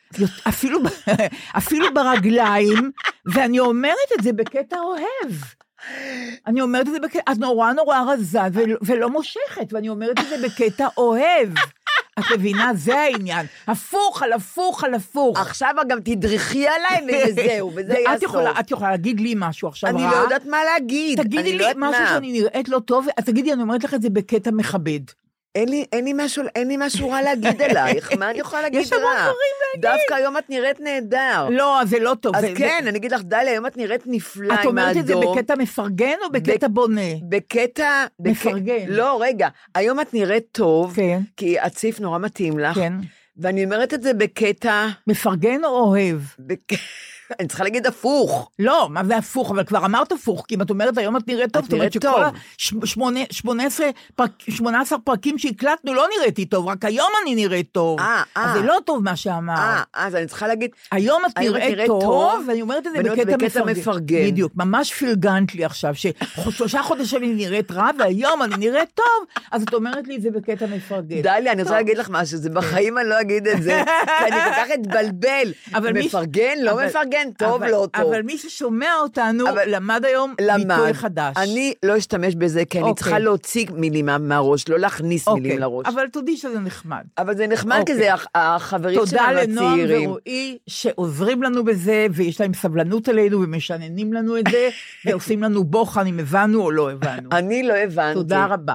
אפילו ברגליים, ואני אומרת את זה בקטע אוהב. אני אומרת את זה בקטע, את נורא נורא רזה ולא מושכת, ואני אומרת את זה בקטע אוהב. את מבינה, זה העניין. הפוך על הפוך על הפוך. עכשיו גם תדרכי עליי וזהו, וזה יהיה סוף. את יכולה להגיד לי משהו עכשיו רע. אני לא יודעת מה להגיד. תגידי לי משהו שאני נראית לא טוב, אז תגידי, אני אומרת לך את זה בקטע מכבד. אין לי, אין לי משהו, אין לי משהו רע להגיד עלייך, מה אני יכולה להגיד רע? יש המון דברים להגיד. דווקא היום את נראת נהדר. לא, זה לא טוב. אז זה, כן, זה... אני אגיד לך, דליה, היום את נראית נפלא עם האדום. את אומרת את זה בקטע מפרגן או בקטע ב... בונה? בקטע... מפרגן. בק... לא, רגע, היום את נראית טוב, כן. כי הציף נורא מתאים לך, כן. ואני אומרת את זה בקטע... מפרגן או אוהב? בק... אני צריכה להגיד הפוך. לא, מה זה הפוך? אבל כבר אמרת הפוך, כי אם את אומרת, היום את נראית טוב, את נראית טוב. שמונה עשרה פרקים שהקלטנו לא נראיתי טוב, רק היום אני נראית טוב. אה, אה. אז זה לא טוב מה שאמר. אה, אז אני צריכה להגיד... היום את נראית טוב, ואני אומרת את זה בקטע מפרגן. בדיוק, ממש פרגנת לי עכשיו, ששלושה חודשים אני נראית רע, והיום אני נראית טוב, אז את אומרת לי את זה בקטע מפרגן. דליה, אני רוצה להגיד לך משהו, זה בחיים אני לא אגיד את זה, כי אני כל כך אתבלבל. מפרגן, לא מפרגן. טוב, אבל, לא טוב. אבל מי ששומע אותנו, אבל, למד היום למד. ביטוי חדש. אני לא אשתמש בזה, כי אני אוקיי. צריכה להוציא מילים מהראש, לא להכניס אוקיי. מילים לראש. אבל תודי שזה נחמד. אבל זה נחמד, אוקיי. כי זה החברים שלנו הצעירים. תודה לנועם ורועי, שעוזרים לנו בזה, ויש להם סבלנות עלינו, ומשננים לנו את זה, ועושים לנו בוחן אם הבנו או לא הבנו. אני לא הבנתי. תודה רבה.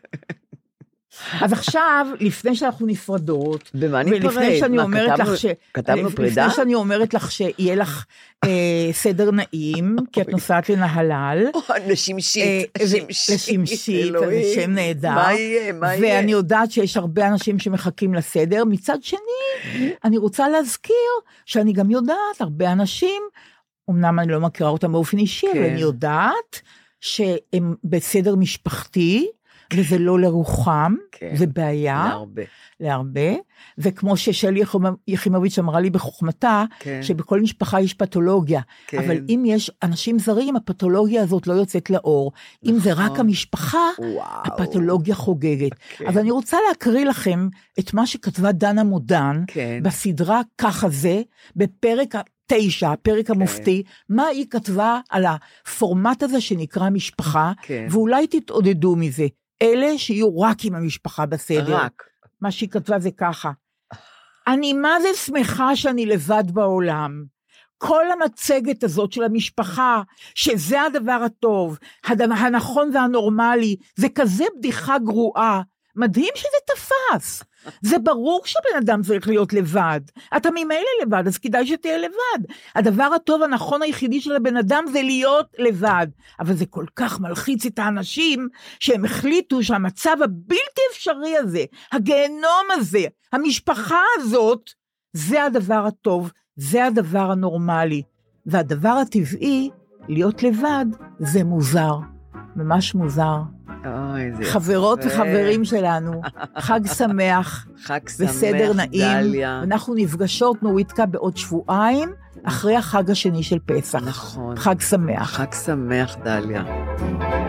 אז עכשיו, לפני שאנחנו נפרדות, במה נפרד? ולפני שאני מה, אומרת כתבנו, לך ש... כתבנו פרידה? לפני שאני אומרת לך שיהיה לך אה, סדר נעים, כי את נוסעת לנהלל. לשמשית. אה, לשמשית, זה שם נהדר. מה יהיה? מה יהיה? ואני יודעת שיש הרבה אנשים שמחכים לסדר. מצד שני, אני רוצה להזכיר שאני גם יודעת, הרבה אנשים, אמנם אני לא מכירה אותם באופן אישי, אבל אני יודעת שהם בסדר משפחתי, וזה לא לרוחם, כן, זה בעיה. להרבה. להרבה, וכמו ששלי יחימוביץ' אמרה לי בחוכמתה, כן. שבכל משפחה יש פתולוגיה, כן. אבל אם יש אנשים זרים, הפתולוגיה הזאת לא יוצאת לאור. נכון. אם זה רק המשפחה, וואו. הפתולוגיה חוגגת. כן. אז אני רוצה להקריא לכם את מה שכתבה דנה מודן, כן. בסדרה ככה זה, בפרק תשע, הפרק המופתי, מה היא כתבה על הפורמט הזה שנקרא משפחה, כן. ואולי תתעודדו מזה. אלה שיהיו רק עם המשפחה בסדר. רק. מה שהיא כתבה זה ככה. אני מה זה שמחה שאני לבד בעולם. כל המצגת הזאת של המשפחה, שזה הדבר הטוב, הדבר הנכון והנורמלי, זה כזה בדיחה גרועה. מדהים שזה תפס. זה ברור שבן אדם צריך להיות לבד. אתה ממילא לבד, אז כדאי שתהיה לבד. הדבר הטוב הנכון היחידי של הבן אדם זה להיות לבד. אבל זה כל כך מלחיץ את האנשים, שהם החליטו שהמצב הבלתי אפשרי הזה, הגיהנום הזה, המשפחה הזאת, זה הדבר הטוב, זה הדבר הנורמלי. והדבר הטבעי, להיות לבד, זה מוזר. ממש מוזר. אוי, זה חברות יפה. וחברים שלנו, חג שמח, חג שמח, בסדר נעים, דליה. אנחנו נפגשות נוריתקה בעוד שבועיים, אחרי החג השני של פסח. נכון. חג שמח. חג שמח, דליה.